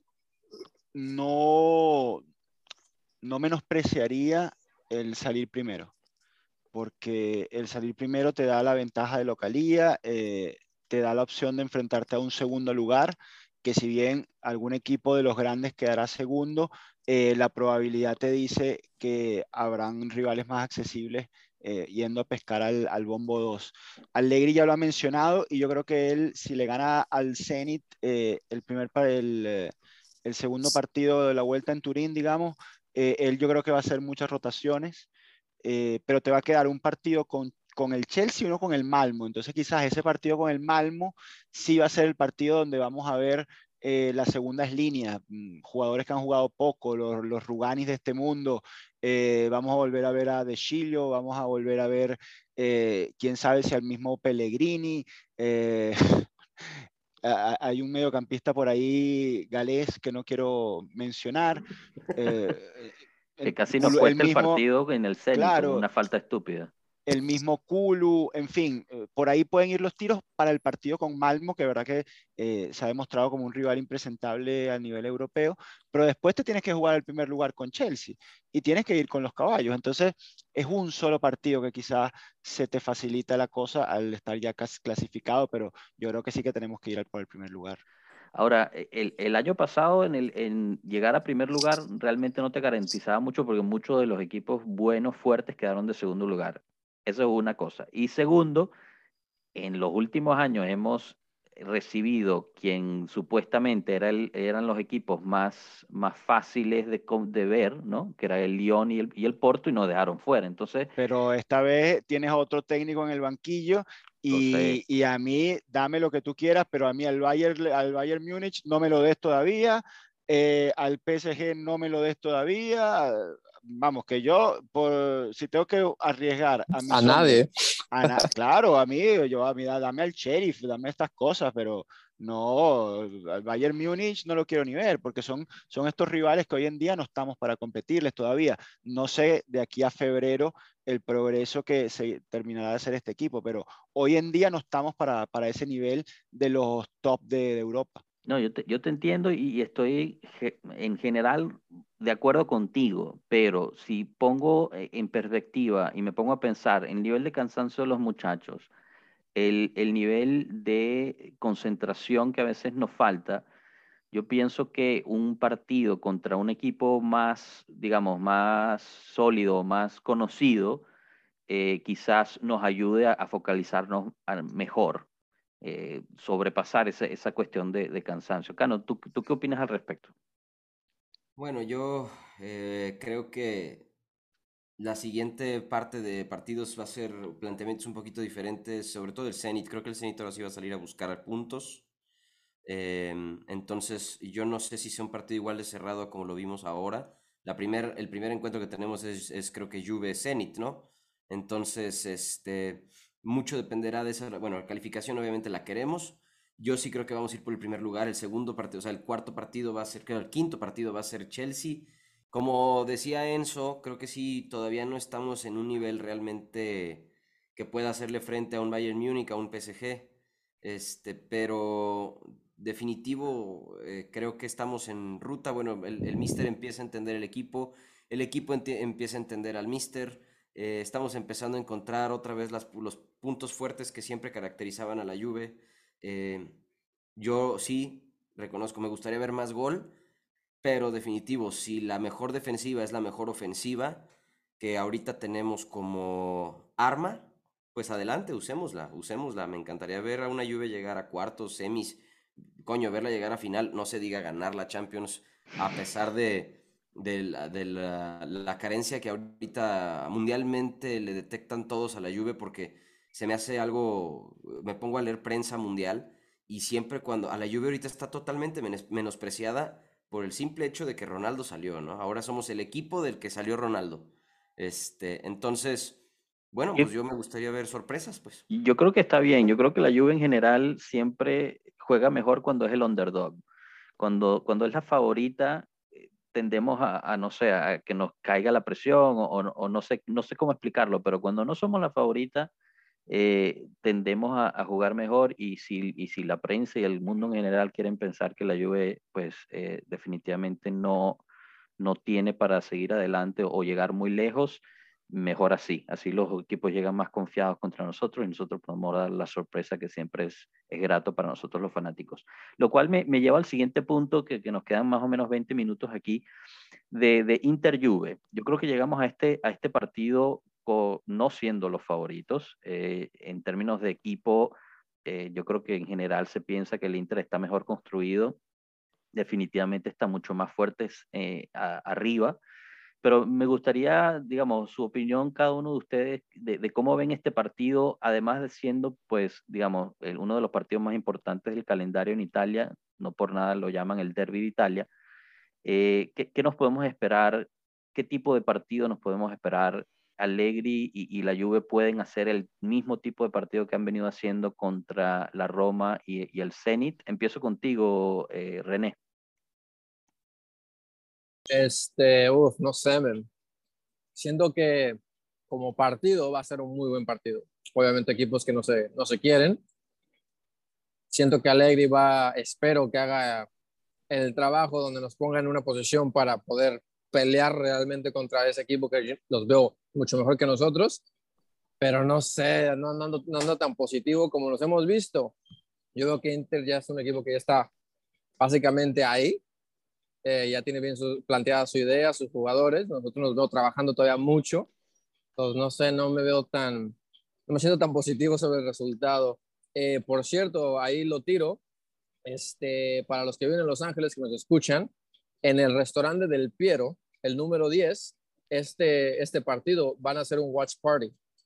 no, no menospreciaría el salir primero, porque el salir primero te da la ventaja de localía, eh, te da la opción de enfrentarte a un segundo lugar, que si bien algún equipo de los grandes quedará segundo, eh, la probabilidad te dice que habrán rivales más accesibles eh, yendo a pescar al, al bombo dos. Allegri ya lo ha mencionado y yo creo que él, si le gana al Zenit eh, el, primer, el, eh, el segundo partido de la vuelta en Turín, digamos, eh, él yo creo que va a hacer muchas rotaciones. Eh, pero te va a quedar un partido con, con el Chelsea y uno con el Malmo. Entonces quizás ese partido con el Malmo sí va a ser el partido donde vamos a ver eh, las segundas líneas, mm, jugadores que han jugado poco, los, los Ruganis de este mundo. Eh, vamos a volver a ver a De Sciglio, vamos a volver a ver, eh, quién sabe si al mismo Pellegrini. Eh, hay un mediocampista por ahí galés que no quiero mencionar. Eh, Que el, casi nos el cuesta el mismo, partido en el Zenit con claro, una falta estúpida. el mismo Kulu, en fin, eh, por ahí pueden ir los tiros para el partido con Malmo, que verdad que eh, se ha demostrado como un rival impresentable a nivel europeo, pero después te tienes que jugar el primer lugar con Chelsea y tienes que ir con los caballos. Entonces, es un solo partido que quizás se te facilita la cosa al estar ya clasificado, pero yo creo que sí que tenemos que ir por el primer lugar. Ahora, el, el año pasado en, el, en llegar a primer lugar realmente no te garantizaba mucho porque muchos de los equipos buenos, fuertes, quedaron de segundo lugar. Eso es una cosa. Y segundo, en los últimos años hemos recibido quien supuestamente era el, eran los equipos más, más fáciles de, de ver, ¿no? Que era el Lyon y el, y el Porto y nos dejaron fuera. Entonces, pero esta vez tienes otro técnico en el banquillo Y, y a mí, dame lo que tú quieras, pero a mí al Bayern, al Bayern Múnich no me lo des todavía, eh, al P S G no me lo des todavía. Vamos, que yo, por, si tengo que arriesgar a mis A hombres, nadie. a na- claro, a mí, yo, a mí, dame al Sheriff, dame estas cosas, pero no, al Bayern Múnich no lo quiero ni ver, porque son, son estos rivales que hoy en día no estamos para competirles todavía. No sé de aquí a febrero el progreso que se terminará de hacer este equipo, pero hoy en día no estamos para, para ese nivel de los top de, de Europa. No, yo te, yo te entiendo y, y estoy ge- en general de acuerdo contigo, pero si pongo eh, en perspectiva y me pongo a pensar en el nivel de cansancio de los muchachos, el, el nivel de concentración que a veces nos falta, yo pienso que un partido contra un equipo más, digamos, más sólido, más conocido, eh, quizás nos ayude a, a focalizarnos a- mejor, eh, sobrepasar esa, esa cuestión de, de cansancio. Cano, ¿tú, ¿tú qué opinas al respecto? Bueno, yo eh, creo que la siguiente parte de partidos va a ser planteamientos un poquito diferentes, sobre todo el Zenit. Creo que el Zenit ahora sí va a salir a buscar puntos. Em, entonces, yo no sé si sea un partido igual de cerrado como lo vimos ahora. La primer, el primer encuentro que tenemos es, es creo que Juve-Zenit, ¿no? Entonces, este, mucho dependerá de esa, bueno, la calificación obviamente la queremos. Yo sí creo que vamos a ir por el primer lugar. El segundo partido, o sea, el cuarto partido va a ser, creo, el quinto partido va a ser Chelsea. Como decía Enzo, creo que sí, todavía no estamos en un nivel realmente que pueda hacerle frente a un Bayern Múnich, a un P S G. Este, pero definitivo, eh, creo que estamos en ruta. Bueno, el, el Mister empieza a entender el equipo, el equipo enti- empieza a entender al Mister. Eh, estamos empezando a encontrar otra vez las, los puntos fuertes que siempre caracterizaban a la Juve. Eh, yo sí, reconozco, me gustaría ver más gol, pero definitivo, si la mejor defensiva es la mejor ofensiva que ahorita tenemos como arma, pues adelante, usémosla, usémosla. Me encantaría ver a una Juve llegar a cuartos, semis, coño, verla llegar a final, no se diga ganar la Champions, a pesar de, de, la, de la, la carencia que ahorita mundialmente le detectan todos a la Juve, porque se me hace algo, me pongo a leer prensa mundial y siempre cuando a la Juve ahorita está totalmente menos- menospreciada por el simple hecho de que Ronaldo salió, ¿no? Ahora somos el equipo del que salió Ronaldo. Este, entonces, bueno, Yo, pues yo me gustaría ver sorpresas, pues. yo creo que está bien, yo creo que la Juve en general siempre juega mejor cuando es el underdog. Cuando, cuando es la favorita, eh, tendemos a, a, no sé, a que nos caiga la presión o, o, o no sé, no sé cómo explicarlo, pero cuando no somos la favorita, eh, tendemos a, a, jugar mejor y si, y si la prensa y el mundo en general quieren pensar que la Juve, pues eh, definitivamente no, no tiene para seguir adelante o llegar muy lejos, mejor así. Así los equipos llegan más confiados contra nosotros y nosotros podemos dar la sorpresa que siempre es, es grato para nosotros los fanáticos. Lo cual me, me lleva al siguiente punto, que, que nos quedan más o menos veinte minutos aquí, de, de Inter-Juve. Yo creo que llegamos a este, a este partido con, no siendo los favoritos. Eh, en términos de equipo, eh, yo creo que en general se piensa que el Inter está mejor construido, definitivamente está mucho más fuertes eh, a, arriba, pero me gustaría, digamos, su opinión cada uno de ustedes de, de cómo ven este partido, además de siendo, pues, digamos, el, uno de los partidos más importantes del calendario en Italia, no por nada lo llaman el Derby de Italia. Eh, ¿qué, ¿Qué nos podemos esperar? ¿Qué tipo de partido nos podemos esperar? Allegri y, y la Juve pueden hacer el mismo tipo de partido que han venido haciendo contra la Roma y, y el Zenit. Empiezo contigo, eh, René. Este, uff, no sé, men. Siento que como partido va a ser un muy buen partido. Obviamente equipos que no se, no se quieren. Siento que Allegri va, espero que haga el trabajo donde nos ponga en una posición para poder pelear realmente contra ese equipo que los veo mucho mejor que nosotros, pero no sé, no, no, ando, no ando tan positivo como nos hemos visto. Yo veo que Inter ya es un equipo que ya está básicamente ahí, eh, ya tiene bien su, planteada su idea, sus jugadores, nosotros nos veo trabajando todavía mucho, entonces no sé, no me veo tan, no me siento tan positivo sobre el resultado. Eh, por cierto, ahí lo tiro, este, para los que viven en Los Ángeles, que nos escuchan, en el restaurante del Piero, el número diez, este, este partido van a hacer un watch party.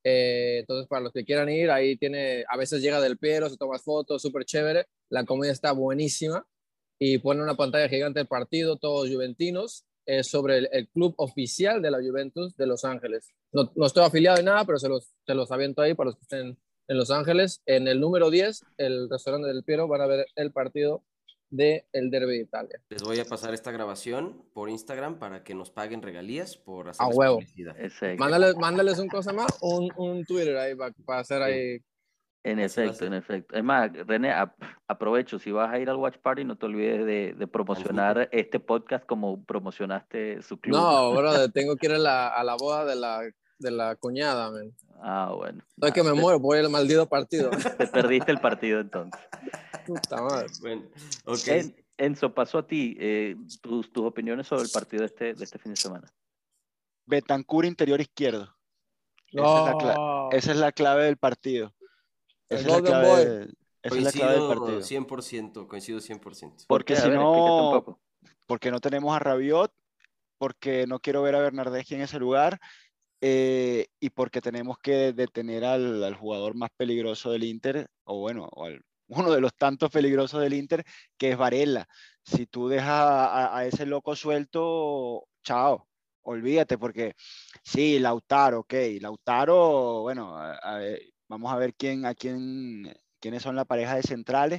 Eh, entonces, para los que quieran ir, ahí tiene, a veces llega Del Piero, se toma fotos, súper chévere. La comida está buenísima y pone una pantalla gigante del partido, todos juventinos, eh, sobre el, el club oficial de la Juventus de Los Ángeles. No, no estoy afiliado en nada, pero se los, se los aviento ahí para los que estén en Los Ángeles. En el número diez, el restaurante Del Piero, van a ver el partido del Derby de Italia. Les voy a pasar esta grabación por Instagram para que nos paguen regalías por A hacerles huevo. publicidad. Exacto. Mándales, mándales un cosa más, un, un Twitter ahí para, para hacer ahí. En Así va a efecto, ser. en efecto. Es más, René, ap- aprovecho, si vas a ir al Watch Party, no te olvides de, de promocionar este podcast como promocionaste su club. No, brother, tengo que ir a la, a la boda de la, de la cuñada, man. Ah, bueno. Estoy que me te, muero por el maldito partido. te perdiste el partido entonces. Puta madre. Bueno, ok. En- Enzo, paso a ti, eh, tus, tus opiniones sobre el partido de este, de este fin de semana. Bentancur interior izquierdo. Esa, es la cla- No. esa es la clave del partido. El Esa es la Golden clave, Boy. de- esa es la clave del Coincido partido. cien por ciento, coincido cien por ciento. ¿Por Porque qué? A si ver, explícate un no, poco. porque no tenemos a Rabiot, porque no quiero ver a Bernardeschi en ese lugar, eh, y porque tenemos que detener al, al jugador más peligroso del Inter, o bueno, o al- uno de los tantos peligrosos del Inter, que es Varela. Si tú dejas a, a ese loco suelto, chao, olvídate, porque sí, Lautaro, ok, Lautaro, bueno, a- a ver, vamos a ver quién, a quién, quiénes son la pareja de centrales,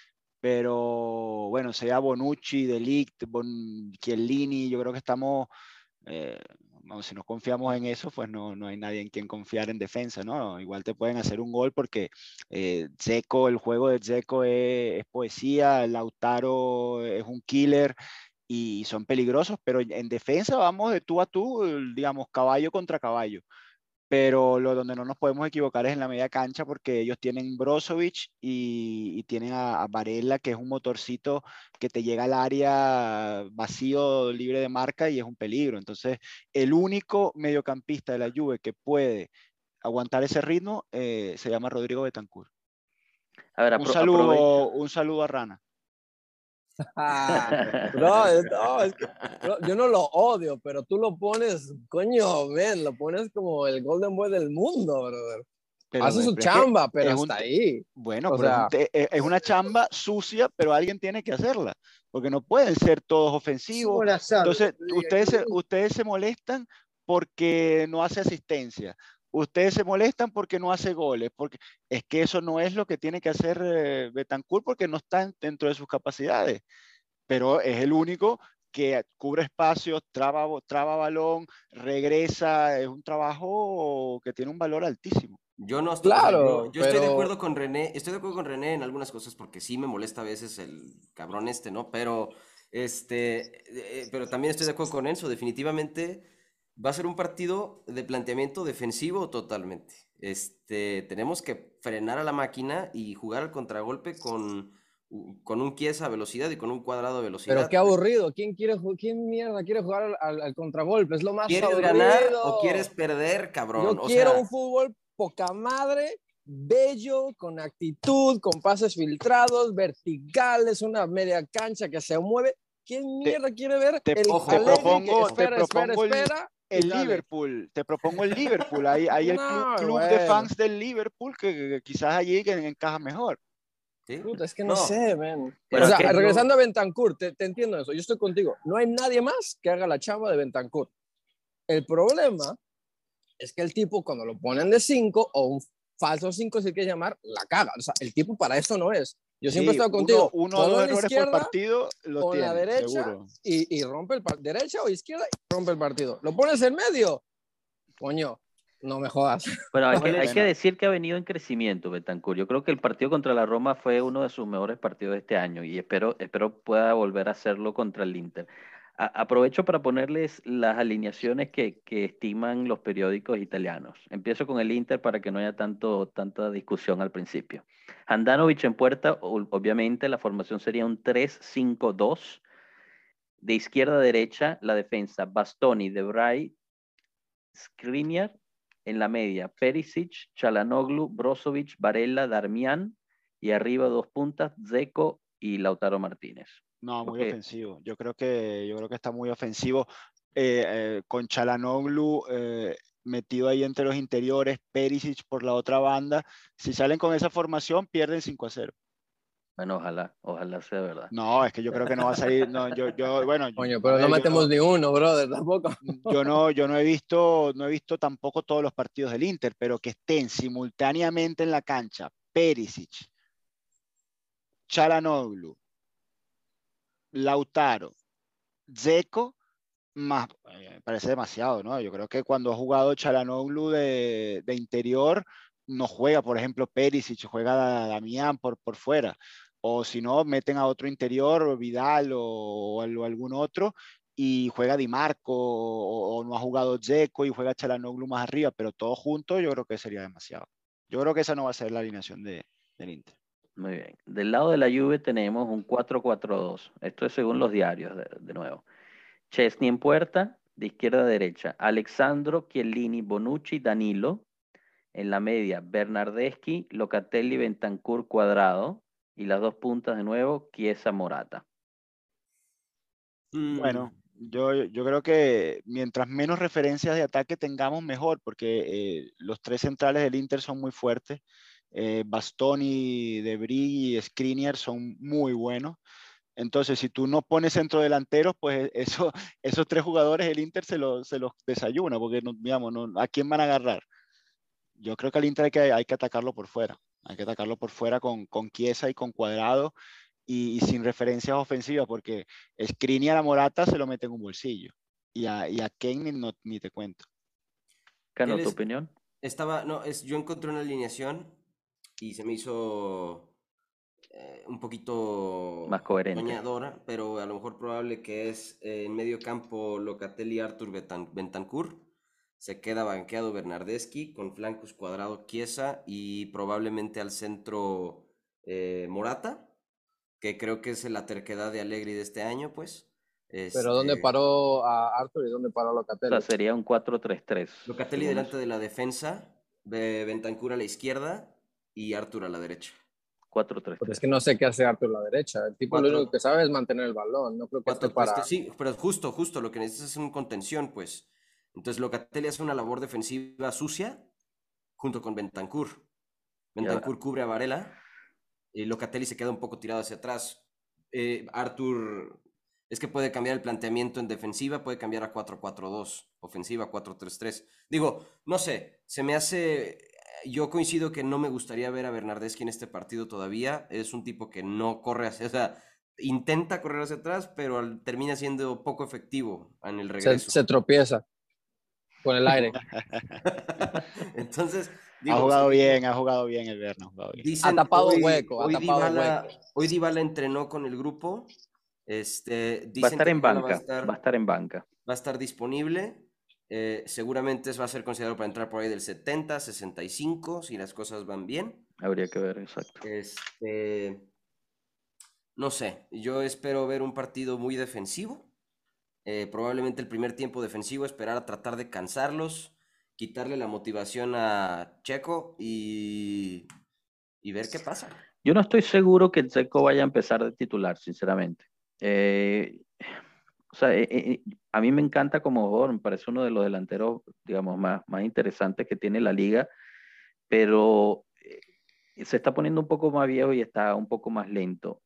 pero bueno, sea Bonucci, De Ligt, Bon, Chiellini, yo creo que estamos, eh, vamos, si nos confiamos en eso, pues no, no hay nadie en quien confiar en defensa, ¿no? Igual te pueden hacer un gol porque eh, Dzeko, el juego de Dzeko es, es poesía, Lautaro es un killer y son peligrosos, pero en defensa vamos de tú a tú, digamos, caballo contra caballo. Pero lo donde no nos podemos equivocar es en la media cancha porque ellos tienen Brozovic y, y tienen a, a Varela, que es un motorcito que te llega al área vacío, libre de marca y es un peligro. Entonces, el único mediocampista de la Juve que puede aguantar ese ritmo eh, se llama Rodrigo Bentancur. A ver, Un apro- saludo, aprovecho. un saludo a Rana. Ah, bro, es- no, es que, bro, yo no lo odio, pero tú lo pones, coño, ven, lo pones como el Golden Boy del mundo, brother. Pero, Hace su pero es que chamba, pero es un hasta te- ahí. Bueno, O pero es, un sea, te- es- es una chamba sucia, pero alguien tiene que hacerla, porque no pueden ser todos Sí, ofensivos. buenas tardes. Entonces, Diga, ustedes ¿qué se, ustedes se molestan porque no hace asistencia. Ustedes se molestan porque no hace goles, porque es que eso no es lo que tiene que hacer eh, Bentancur porque no está en- dentro de sus capacidades, pero es el único que cubre espacios, traba, bo- traba balón, regresa, es un trabajo que tiene un valor altísimo. Yo no estoy, o sea, yo, claro, yo estoy de pero acuerdo con René, estoy de acuerdo con René en algunas cosas porque sí me molesta a veces el cabrón este, ¿no? Pero, este, eh, pero también estoy de acuerdo con Enzo, definitivamente va a ser un partido de planteamiento defensivo totalmente. Este, tenemos que frenar a la máquina y jugar al contragolpe con, u- con un Chiesa a velocidad y con un Cuadrado a Pero velocidad. qué aburrido. ¿Quién, quiere, ju- quién mierda quiere jugar al, al- al contragolpe? Es lo más ¿Quieres aburrido. ganar o quieres perder, cabrón? Yo O quiero sea, un fútbol poca madre, bello, con actitud, con pases filtrados, verticales, una media cancha que se mueve. ¿Quién Te, mierda quiere ver te, el ojo, te Allegri que propongo, te espera, espera, propongo el, espera y el sale? Liverpool, te propongo el Liverpool, hay, hay el club, No, club de bueno. fans del Liverpool que, que quizás allí que encaja mejor. ¿sí? Puta, es que no, No, sé, man. Bueno, o sea, es que- regresando a Bentancur, te, te entiendo eso. Yo estoy contigo. No hay nadie más que haga la chamba de Bentancur. El problema es que el tipo, cuando lo ponen de cinco o un falso cinco, si quieres llamar, la caga. O sea, el tipo para eso no es. Yo siempre he Sí, estado contigo. uno, uno o Ponlo dos en la errores por izquierda partido los o en la tiene, derecha seguro. y, y rompe el partido. Derecha o izquierda y rompe el partido. Lo pones en medio. Coño, no me jodas. Bueno, hay que, ¿Cuál hay es? que decir que ha venido en crecimiento Bentancur. Yo creo que el partido contra la Roma fue uno de sus mejores partidos de este año y espero, espero pueda volver a hacerlo contra el Inter. A- aprovecho para ponerles las alineaciones que, que estiman los periódicos italianos. Empiezo con el Inter para que no haya tanto, tanta discusión al principio. Handanovic en puerta, o- obviamente la formación sería un tres cinco dos. De izquierda a derecha, la defensa Bastoni, De Vrij, Skriniar. En la media, Perisic, Çalhanoğlu, Brozovic, Varela, Darmian. Y arriba dos puntas, Dzeko y Lautaro Martínez. No, muy Porque ofensivo. Yo creo que, yo creo que está muy ofensivo. Eh, eh, con Çalhanoğlu, eh, metido ahí entre los interiores, Perisic por la otra banda. Si salen con esa formación, pierden cinco a cero. Bueno, ojalá, ojalá sea verdad. No, es que yo creo que no va a salir. No, yo, yo, bueno, Coño, a pero no ver, yo metemos no, ni uno, brother, tampoco. yo no, yo no he visto, no he visto tampoco todos los partidos del Inter, pero que estén simultáneamente en la cancha Perisic, Çalhanoğlu, Lautaro, Dzeko, más, eh, me parece demasiado, ¿no? Yo creo que cuando ha jugado Çalhanoğlu de, de interior, no juega, por ejemplo, Perisic, juega Damián por, por fuera. O si no, meten a otro interior, Vidal o, o algún otro, y juega Di Marco, o, o no ha jugado Dzeko y juega Çalhanoğlu más arriba, pero todo junto yo creo que sería demasiado. Yo creo que esa no va a ser la alineación de, del Inter. Muy bien. Del lado de la Juve tenemos un cuatro cuatro dos. Esto es según los diarios, de, de nuevo. Chesney en puerta, de izquierda a derecha. Alexandro, Chiellini, Bonucci, Danilo. En la media, Bernardeschi, Locatelli, Bentancur, Cuadrado. Y las dos puntas de nuevo, Chiesa, Morata. Mm, Bueno, yo, yo creo que mientras menos referencias de ataque tengamos, mejor, porque eh, los tres centrales del Inter son muy fuertes. Eh, Bastoni, De Vrij y Skriniar son muy buenos. Entonces, si tú no pones centrodelanteros, pues eso, esos tres jugadores el Inter se, lo, se los desayuna, porque no, digamos, no, ¿a quién van a agarrar? Yo creo que al Inter hay que, hay que atacarlo por fuera. Hay que atacarlo por fuera con, con Chiesa y con Cuadrado y, y sin referencias ofensivas, porque Skriniar a Morata se lo mete en un bolsillo. Y a, y a Kane no, ni te cuento. ¿qué Cano, ¿tu les opinión? estaba? No, es, yo encontré una alineación y se me hizo eh, un Más poquito coherente. soñadora, pero a lo mejor probable que es eh, en medio campo Locatelli, Arthur Betan- Bentancur. Se queda banqueado Bernardeschi con flancos Cuadrado, Chiesa y probablemente al centro eh, Morata, que creo que es la terquedad de Allegri de este año, pues. Pero ¿dónde Este, paró a Arthur y dónde paró a O sea, Locatelli? sería un cuatro tres tres, Locatelli según eso. delante de la defensa, Be- Bentancur a la izquierda y Arthur a la derecha. cuatro tres Porque es tres. que no sé qué hace Arthur a la derecha. El tipo lo único Cuatro, que sabe es mantener el balón. No creo que esté cuatro, tres, para... tres, sí, pero justo, justo, lo que necesitas es un contención, pues. Entonces Locatelli hace una labor defensiva sucia junto con Bentancur. Ya, Bentancur cubre a Varela y Locatelli se queda un poco tirado hacia atrás. Eh, Arthur es que puede cambiar el planteamiento en defensiva, puede cambiar a cuatro cuatro dos, ofensiva cuatro tres tres. Digo, no sé, se me hace... Yo coincido que no me gustaría ver a Bernardeschi en este partido todavía. Es un tipo que no corre hacia... O sea, intenta correr hacia atrás, pero al- termina siendo poco efectivo en el Se, regreso. se tropieza con el aire. Entonces, Ha digo, se jugado me hizo- bien, ha jugado bien el Berna, ha jugado bien. Ha Dicen tapado hoy, hueco, ha hoy tapado Dybala, hueco. hoy Dybala entrenó con el grupo. Este, va a dicen estar que en Dybala va a banca, va a estar, estar en banca. va a estar disponible. Eh, seguramente va a ser considerado para entrar por ahí del setenta, sesenta y cinco, si las cosas van bien. Habría que ver, exacto. Este, no sé, yo espero ver un partido muy defensivo. Eh, probablemente el primer tiempo defensivo, esperar a tratar de cansarlos, quitarle la motivación a Checo y, y ver qué pasa. Yo no estoy seguro que el Dzeko vaya a empezar de titular, sinceramente. Eh, o sea, eh, eh, a mí me encanta como jugador, me parece uno de los delanteros, digamos, más, más interesantes que tiene la liga, pero eh, se está poniendo un poco más viejo y está un poco más lento.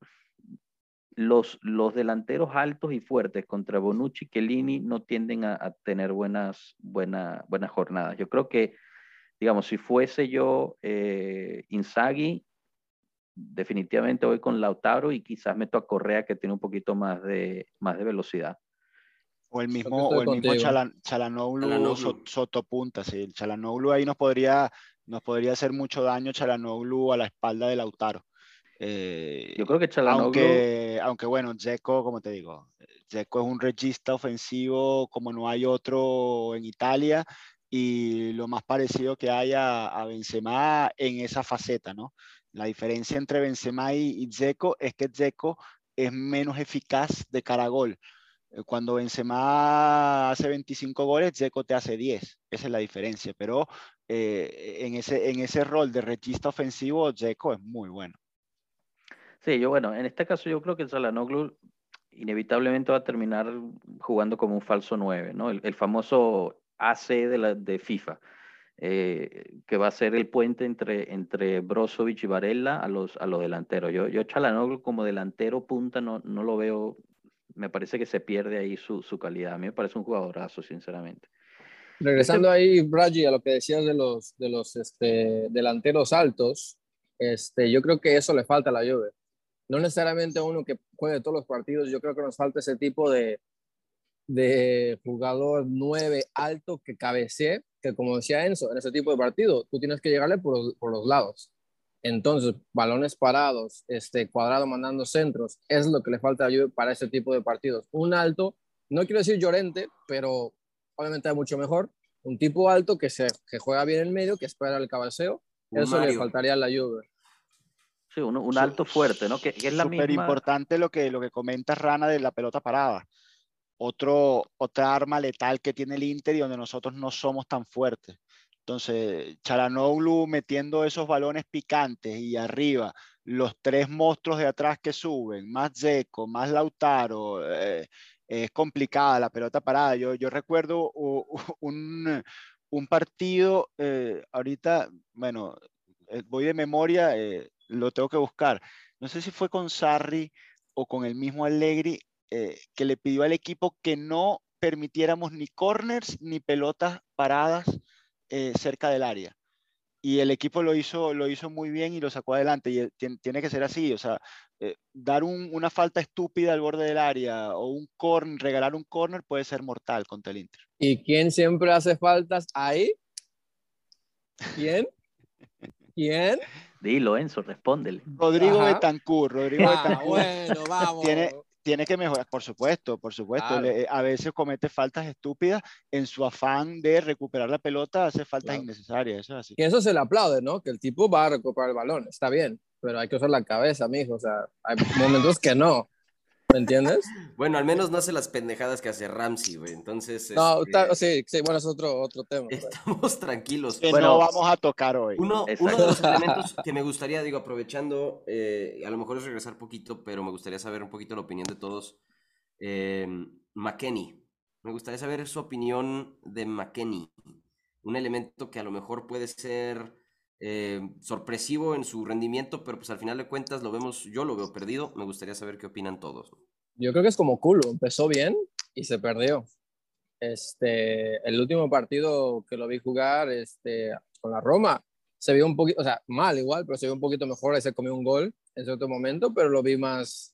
Los, los delanteros altos y fuertes contra Bonucci y Chiellini no tienden a, a tener buenas, buena, buenas jornadas. Yo creo que, digamos, si fuese yo eh, Inzaghi, definitivamente voy con Lautaro y quizás meto a Correa que tiene un poquito más de, más de velocidad. O el Creo que mismo, o estoy el mismo contigo. Chalan, Çalhanoğlu Çalhanoğlu. so- Sotopunta, sí, el Çalhanoğlu ahí nos podría, nos podría hacer mucho daño Çalhanoğlu a la espalda de Lautaro. Eh, Yo creo que Çalhanoğlu, aunque, aunque bueno, Dzeko, como te digo, Dzeko es un regista ofensivo como no hay otro en Italia y lo más parecido que hay a, a Benzema en esa faceta, ¿no? La diferencia entre Benzema y, y Dzeko es que Dzeko es menos eficaz de cara a gol. Eh, Cuando Benzema hace veinticinco goles, Dzeko te hace diez. Esa es la diferencia. Pero eh, en, ese, en ese rol de regista ofensivo, Dzeko es muy bueno. sí, yo bueno, en este caso yo creo que Çalhanoğlu inevitablemente va a terminar jugando como un falso nueve, ¿no? El, el famoso A C de, la, de FIFA, eh, que va a ser el puente entre, entre Brozovic y Varela a los, a los delanteros. Yo, yo Çalhanoğlu como delantero punta no, no lo veo, me parece que se pierde ahí su, su calidad. A mí me parece un jugadorazo, sinceramente. Regresando Este, ahí, Bragi, a lo que decías de los, de los este, delanteros altos, este, yo creo que eso le falta a la Juve. No necesariamente a uno que juegue todos los partidos, yo creo que nos falta ese tipo de, de jugador nueve alto que cabecee, que como decía Enzo, en ese tipo de partido, tú tienes que llegarle por, por los lados. Entonces, balones parados, este, Cuadrado mandando centros, es lo que le falta a Juve para ese tipo de partidos. Un alto, no quiero decir Llorente, pero obviamente es mucho mejor. Un tipo alto que, se, que juega bien en medio, que espera el cabeceo, Un eso le Mario. faltaría a la Juve. sí, un, un alto fuerte, ¿no? Que, que es la Súper misma... importante lo que, lo que comenta Rana de la pelota parada. Otro, otra arma letal que tiene el Inter y donde nosotros no somos tan fuertes. Entonces, Çalhanoğlu metiendo esos balones picantes y arriba, los tres monstruos de atrás que suben, más Dzeko, más Lautaro, eh, es complicada la pelota parada. Yo, yo recuerdo un, un partido, eh, ahorita, bueno, eh, voy de memoria, eh, lo tengo que buscar. No sé si fue con Sarri o con el mismo Allegri, eh, que le pidió al equipo que no permitiéramos ni corners ni pelotas paradas eh, cerca del área. Y el equipo lo hizo, lo hizo muy bien y lo sacó adelante. Y tiene, tiene que ser así, o sea, eh, dar un, una falta estúpida al borde del área o un corner, regalar un corner puede ser mortal contra el Inter. ¿Y quién siempre hace faltas ahí? ¿Quién? ¿Quién? Dilo, Enzo, respóndele. Rodrigo Ajá. Bentancur, Rodrigo Ah, Bentancur bueno, vamos. tiene, tiene que mejorar, por supuesto, por supuesto. Claro, Le, a veces comete faltas estúpidas en su afán de recuperar la pelota, hace faltas claro. innecesarias, eso es así. Que eso se le aplaude, ¿no? Que el tipo va a recuperar el balón, está bien, pero hay que usar la cabeza, mijo. O sea, hay momentos que no, ¿me entiendes? Bueno, al menos no hace las pendejadas que hace Ramsey, güey. Entonces, No, está, este, sí, sí, bueno, es otro, otro tema. Pero... estamos tranquilos. Que no Bueno, vamos a tocar hoy. Uno, uno de exacto. los elementos que me gustaría, digo, aprovechando, eh, a lo mejor es regresar poquito, pero me gustaría saber un poquito la opinión de todos. Eh, McKennie. Me gustaría saber su opinión de McKennie. Un elemento que a lo mejor puede ser eh, sorpresivo en su rendimiento, pero pues al final de cuentas lo vemos, yo lo veo perdido. Me gustaría saber qué opinan todos. Yo creo que es como culo, empezó bien y se perdió. Este, el último partido que lo vi jugar este, con la Roma, se vio un poquito, o sea, mal igual, pero se vio un poquito mejor, ahí se comió un gol en cierto momento, pero lo vi más,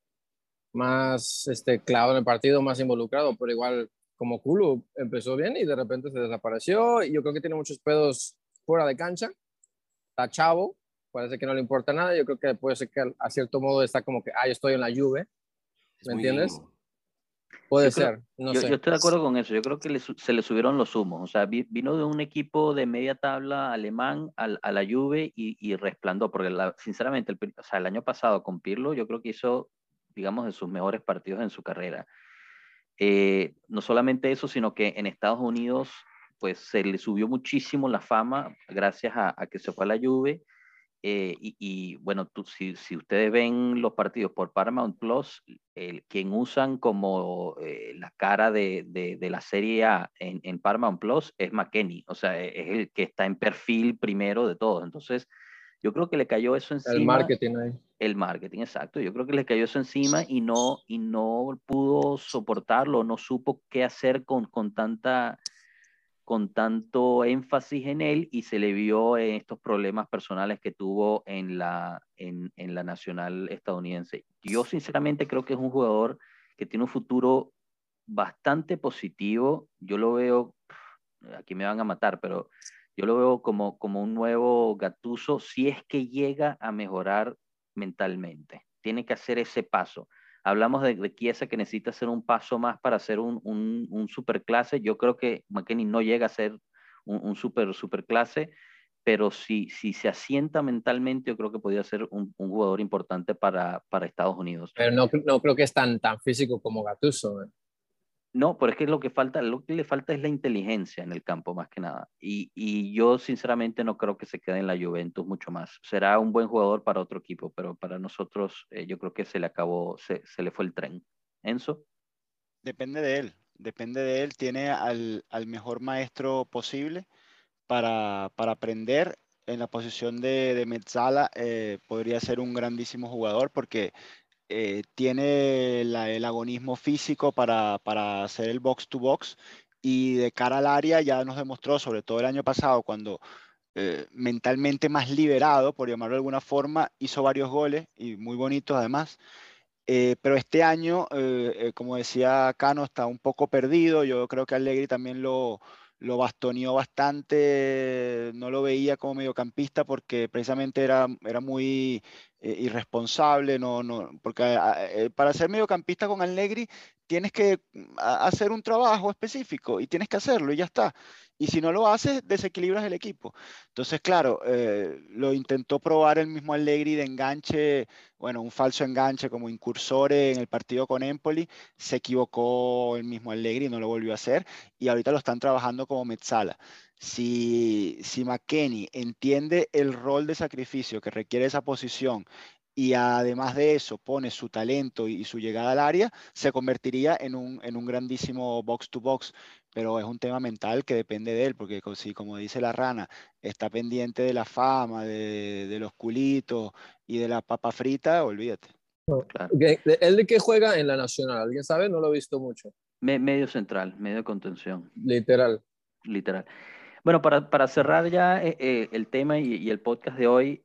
más este, clavado en el partido, más involucrado, pero igual como culo empezó bien y de repente se desapareció y yo creo que tiene muchos pedos fuera de cancha, está chavo, parece que no le importa nada, yo creo que puede ser que a cierto modo está como que, ah, yo estoy en la Juve, Es ¿me muy entiendes? gringo. Puede Yo creo, ser, no yo, sé. yo estoy de acuerdo con eso. Yo creo que le su- se le subieron los humos. O sea, vi- vino de un equipo de media tabla alemán al- a, la Juve y, y resplandó. Porque la- sinceramente, el, pri- o sea, el año pasado con Pirlo, yo creo que hizo, digamos, de sus mejores partidos en su carrera. Eh, no solamente eso, sino que en Estados Unidos, pues se le subió muchísimo la fama gracias a, a que se fue a la Juve. Eh, y, y, bueno, tú, si, si ustedes ven los partidos por Paramount Plus, el, quien usan como eh, la cara de, de, de, la Serie A en, en Paramount Plus es McKennie, o sea, es el que está en perfil primero de todos. Entonces, yo creo que le cayó eso El encima, marketing ahí. el marketing, exacto. Yo creo que le cayó eso encima y no, y no pudo soportarlo, no supo qué hacer con, con tanta con tanto énfasis en él y se le vio en estos problemas personales que tuvo en la, en, en la nacional estadounidense. Yo sinceramente creo que es un jugador que tiene un futuro bastante positivo. Yo lo veo, aquí me van a matar, pero yo lo veo como, como un nuevo Gattuso si es que llega a mejorar mentalmente. Tiene que hacer ese paso. Hablamos de, de Chiesa que necesita hacer un paso más para hacer un, un, un superclase. Yo creo que McKennie no llega a ser un, un super superclase, pero si, si se asienta mentalmente, yo creo que podría ser un, un jugador importante para, para Estados Unidos. Pero no, no creo que es tan, tan físico como Gattuso. ¿eh? No, pero es que lo que falta, lo que le falta es la inteligencia en el campo más que nada. Y, y yo sinceramente no creo que se quede en la Juventus mucho más. Será un buen jugador para otro equipo, pero para nosotros eh, yo creo que se le acabó, se, se le fue el tren. Enzo. Depende de él. depende de él, tiene al, al mejor maestro posible para, para aprender. En la posición de, de Mezzala eh, podría ser un grandísimo jugador porque eh, tiene la- el agonismo físico para, para hacer el box to box, y de cara al área ya nos demostró, sobre todo el año pasado, cuando eh, mentalmente más liberado, por llamarlo de alguna forma, hizo varios goles y muy bonitos además. Eh, pero este año, eh, eh, como decía Cano, está un poco perdido. Yo creo que Allegri también lo, lo bastoneó bastante. No lo veía como mediocampista porque precisamente era, era muy eh, irresponsable. No, no, porque a- eh, para ser mediocampista con Allegri tienes que mm, a- hacer un trabajo específico y tienes que hacerlo y ya está. Y si no lo haces, desequilibras el equipo. Entonces, claro, eh, lo intentó probar el mismo Allegri de enganche, bueno, un falso enganche como incursore en el partido con Empoli. Se equivocó el mismo Allegri, no lo volvió a hacer, y ahorita lo están trabajando como Mezzala. Si, si McKennie entiende el rol de sacrificio que requiere esa posición y además de eso pone su talento y, y su llegada al área, se convertiría en un, en un grandísimo box to box, pero es un tema mental que depende de él, porque co- si, como dice la rana, está pendiente de la fama, de, de los culitos y de la papa frita, olvídate. Claro. ¿Qué- de- ¿Él de qué juega en la Nacional? ¿Alguien sabe? No lo he visto mucho. Me- medio central, medio de contención, Literal. literal. Bueno, para, para cerrar ya eh, eh, el tema y, y el podcast de hoy,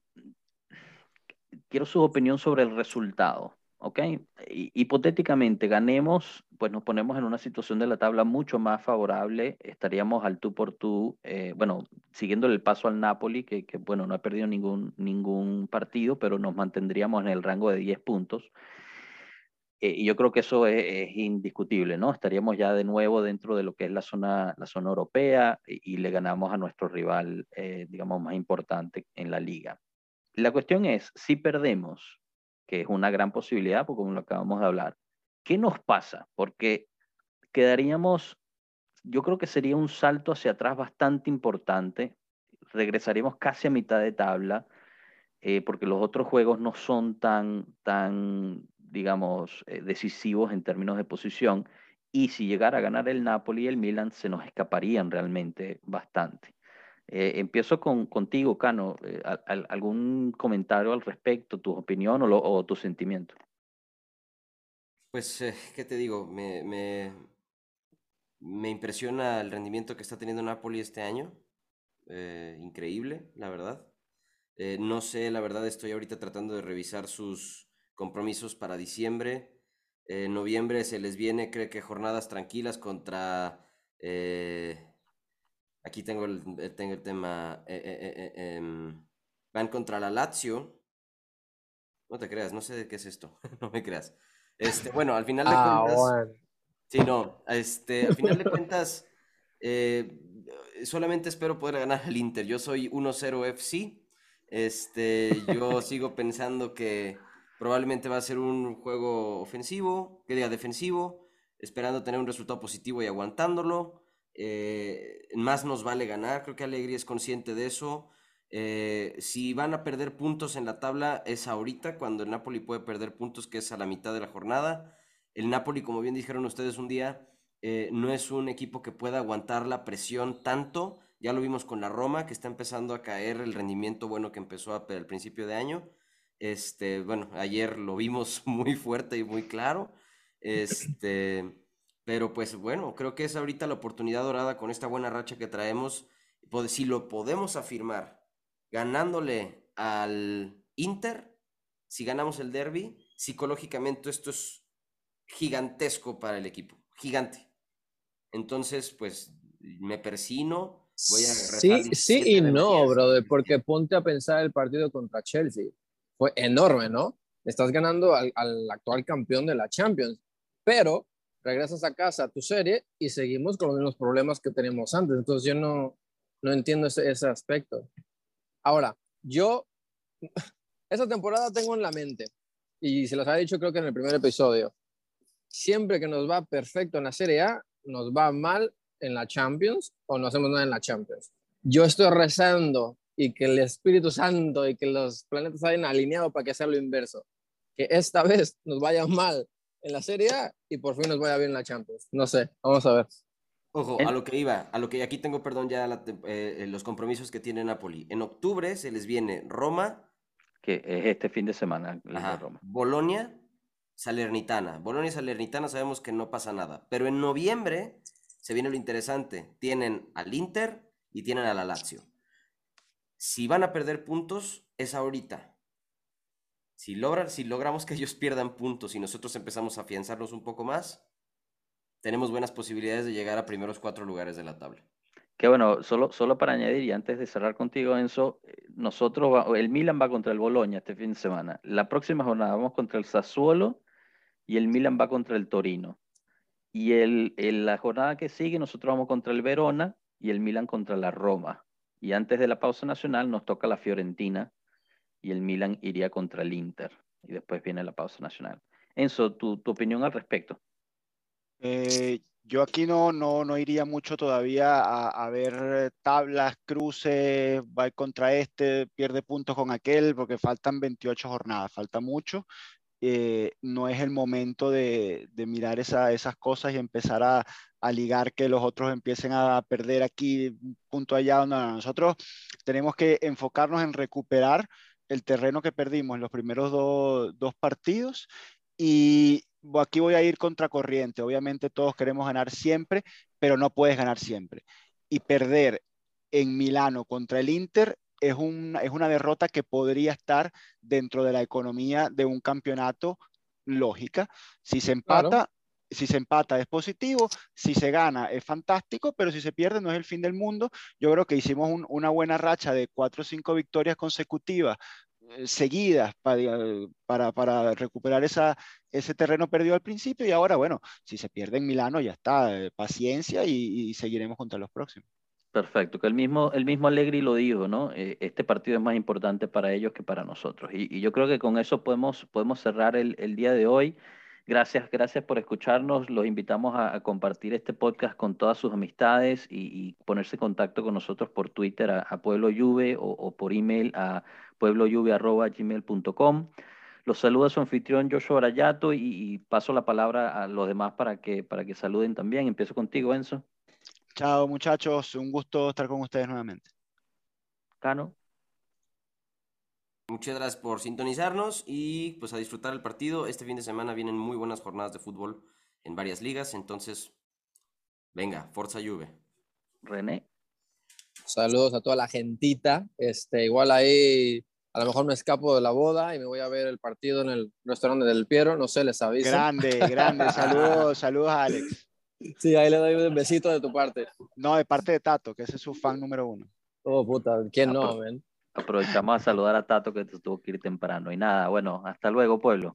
quiero su opinión sobre el resultado, ¿ok? Hi- Hipotéticamente ganemos, pues nos ponemos en una situación de la tabla mucho más favorable, estaríamos al tú por tú, eh, bueno, siguiendo el paso al Napoli, que, que, bueno, no ha perdido ningún, ningún partido, pero nos mantendríamos en el rango de diez puntos. Eh, y yo creo que eso es, es indiscutible, ¿no? Estaríamos ya de nuevo dentro de lo que es la zona, la zona europea, y, y le ganamos a nuestro rival, eh, digamos, más importante en la liga. La cuestión es, si perdemos, que es una gran posibilidad, porque como lo acabamos de hablar, ¿qué nos pasa? Porque quedaríamos, yo creo que sería un salto hacia atrás bastante importante, regresaríamos casi a mitad de tabla, eh, porque los otros juegos no son tan, tan digamos, eh, decisivos en términos de posición, y si llegara a ganar el Napoli y el Milan, se nos escaparían realmente bastante. Eh, empiezo con, contigo, Cano. Eh, al- al- ¿algún comentario al respecto, tu opinión o, lo- o tu sentimiento? Pues, eh, ¿qué te digo? Me, me, me impresiona el rendimiento que está teniendo Napoli este año. Eh, increíble, la verdad. Eh, no sé, la verdad estoy ahorita tratando de revisar sus compromisos para diciembre. Eh, noviembre se les viene, creo que jornadas tranquilas contra... eh, aquí tengo el, eh, tengo el tema. Eh, eh, eh, eh, em, van contra la Lazio. No te creas, no sé de qué es esto. No me creas. Este, bueno, al final de Ah, cuentas... bueno. Sí, no, este, al final de cuentas, eh, solamente espero poder ganar al Inter. Yo soy uno cero F C. Este, yo sigo pensando que probablemente va a ser un juego ofensivo, que diga defensivo, esperando tener un resultado positivo y aguantándolo. Eh, más nos vale ganar, creo que Allegri es consciente de eso. Eh, si van a perder puntos en la tabla es ahorita, cuando el Napoli puede perder puntos, que es a la mitad de la jornada. El Napoli, como bien dijeron ustedes un día, eh, no es un equipo que pueda aguantar la presión tanto. Ya lo vimos con la Roma, que está empezando a caer el rendimiento bueno que empezó a- al principio de año. Este, bueno, ayer lo vimos muy fuerte y muy claro. Este, pero pues bueno, creo que es ahorita la oportunidad dorada con esta buena racha que traemos. Pod- Si lo podemos afirmar ganándole al Inter, si ganamos el derby, psicológicamente esto es gigantesco para el equipo, gigante. Entonces, pues me persino, voy a rezar Sí, sí diecisiete y Ave no, Marías. brother, porque ponte a pensar el partido contra Chelsea. Fue enorme, ¿no? Estás ganando al, al actual campeón de la Champions, pero regresas a casa a tu serie y seguimos con los mismos problemas que teníamos antes. Entonces yo no, no entiendo ese, ese aspecto. Ahora, yo esa temporada tengo en la mente, y se los había dicho creo que en el primer episodio, siempre que nos va perfecto en la Serie A, nos va mal en la Champions o no hacemos nada en la Champions. Yo estoy rezando y que el Espíritu Santo y que los planetas hayan alineado para que sea lo inverso. Que esta vez nos vaya mal en la Serie A y por fin nos vaya bien en la Champions. No sé, vamos a ver. Ojo, a lo que iba, a lo que aquí tengo, perdón, ya la, eh, los compromisos que tiene Napoli. En octubre se les viene Roma, que es este fin de semana el ajá, de Roma. Bolonia, Salernitana. Bolonia y Salernitana sabemos que no pasa nada, pero en noviembre se viene lo interesante. Tienen al Inter y tienen a la Lazio. Si van a perder puntos, es ahorita. Si, logran, si logramos que ellos pierdan puntos y nosotros empezamos a afianzarnos un poco más, tenemos buenas posibilidades de llegar a primeros cuatro lugares de la tabla. Que bueno, solo, solo para añadir y antes de cerrar contigo, Enzo, nosotros, va, el Milan va contra el Bologna este fin de semana. La próxima jornada vamos contra el Sassuolo y el Milan va contra el Torino. Y el, el, la jornada que sigue nosotros vamos contra el Verona y el Milan contra la Roma. Y antes de la pausa nacional nos toca la Fiorentina y el Milan iría contra el Inter. Y después viene la pausa nacional. Enzo, tu, tu opinión al respecto. Eh, yo aquí no, no, no iría mucho todavía a, a ver tablas, cruces, va contra este, pierde puntos con aquel, porque faltan veintiocho jornadas, falta mucho. Eh, no es el momento de, de mirar esa, esas cosas y empezar a, a ligar que los otros empiecen a perder aquí, un punto allá. No, no, nosotros tenemos que enfocarnos en recuperar el terreno que perdimos en los primeros do, dos partidos y aquí voy a ir contracorriente. Obviamente todos queremos ganar siempre, pero no puedes ganar siempre. Y perder en Milano contra el Inter es, un, es una derrota que podría estar dentro de la economía de un campeonato lógica. Si se empata, claro. Si se empata es positivo, si se gana es fantástico, pero si se pierde no es el fin del mundo. Yo creo que hicimos un, una buena racha de cuatro o cinco victorias consecutivas eh, seguidas para, para, para recuperar esa, ese terreno perdido al principio y ahora, bueno, si se pierde en Milano ya está, eh, paciencia y, y seguiremos contra los próximos. Perfecto, que el mismo, el mismo Allegri lo dijo, ¿no? Eh, este partido es más importante para ellos que para nosotros. Y, y yo creo que con eso podemos, podemos cerrar el, el día de hoy. Gracias, gracias por escucharnos. Los invitamos a, a compartir este podcast con todas sus amistades y, y ponerse en contacto con nosotros por Twitter a, a Pueblo Juve o, o por email a pueblojuve arroba gmail punto com. Los saluda su anfitrión Joshua Arayato y, y paso la palabra a los demás para que, para que saluden también. Empiezo contigo, Enzo. Chao muchachos, un gusto estar con ustedes nuevamente. Cano. Muchas gracias por sintonizarnos y pues a disfrutar el partido. Este fin de semana vienen muy buenas jornadas de fútbol en varias ligas, entonces venga, Forza Juve. René. Saludos a toda la gentita. Este, igual ahí a lo mejor me escapo de la boda y me voy a ver el partido en el restaurante del Piero, no sé, les aviso. Grande, grande, saludos, saludos a Alex. Sí, ahí le doy un besito de tu parte. No, de parte de Tato, que ese es su fan número uno. Oh, puta, ¿quién Apro no, man? Aprovechamos a saludar a Tato que tuvo que ir temprano. Y nada, bueno, hasta luego, pueblo.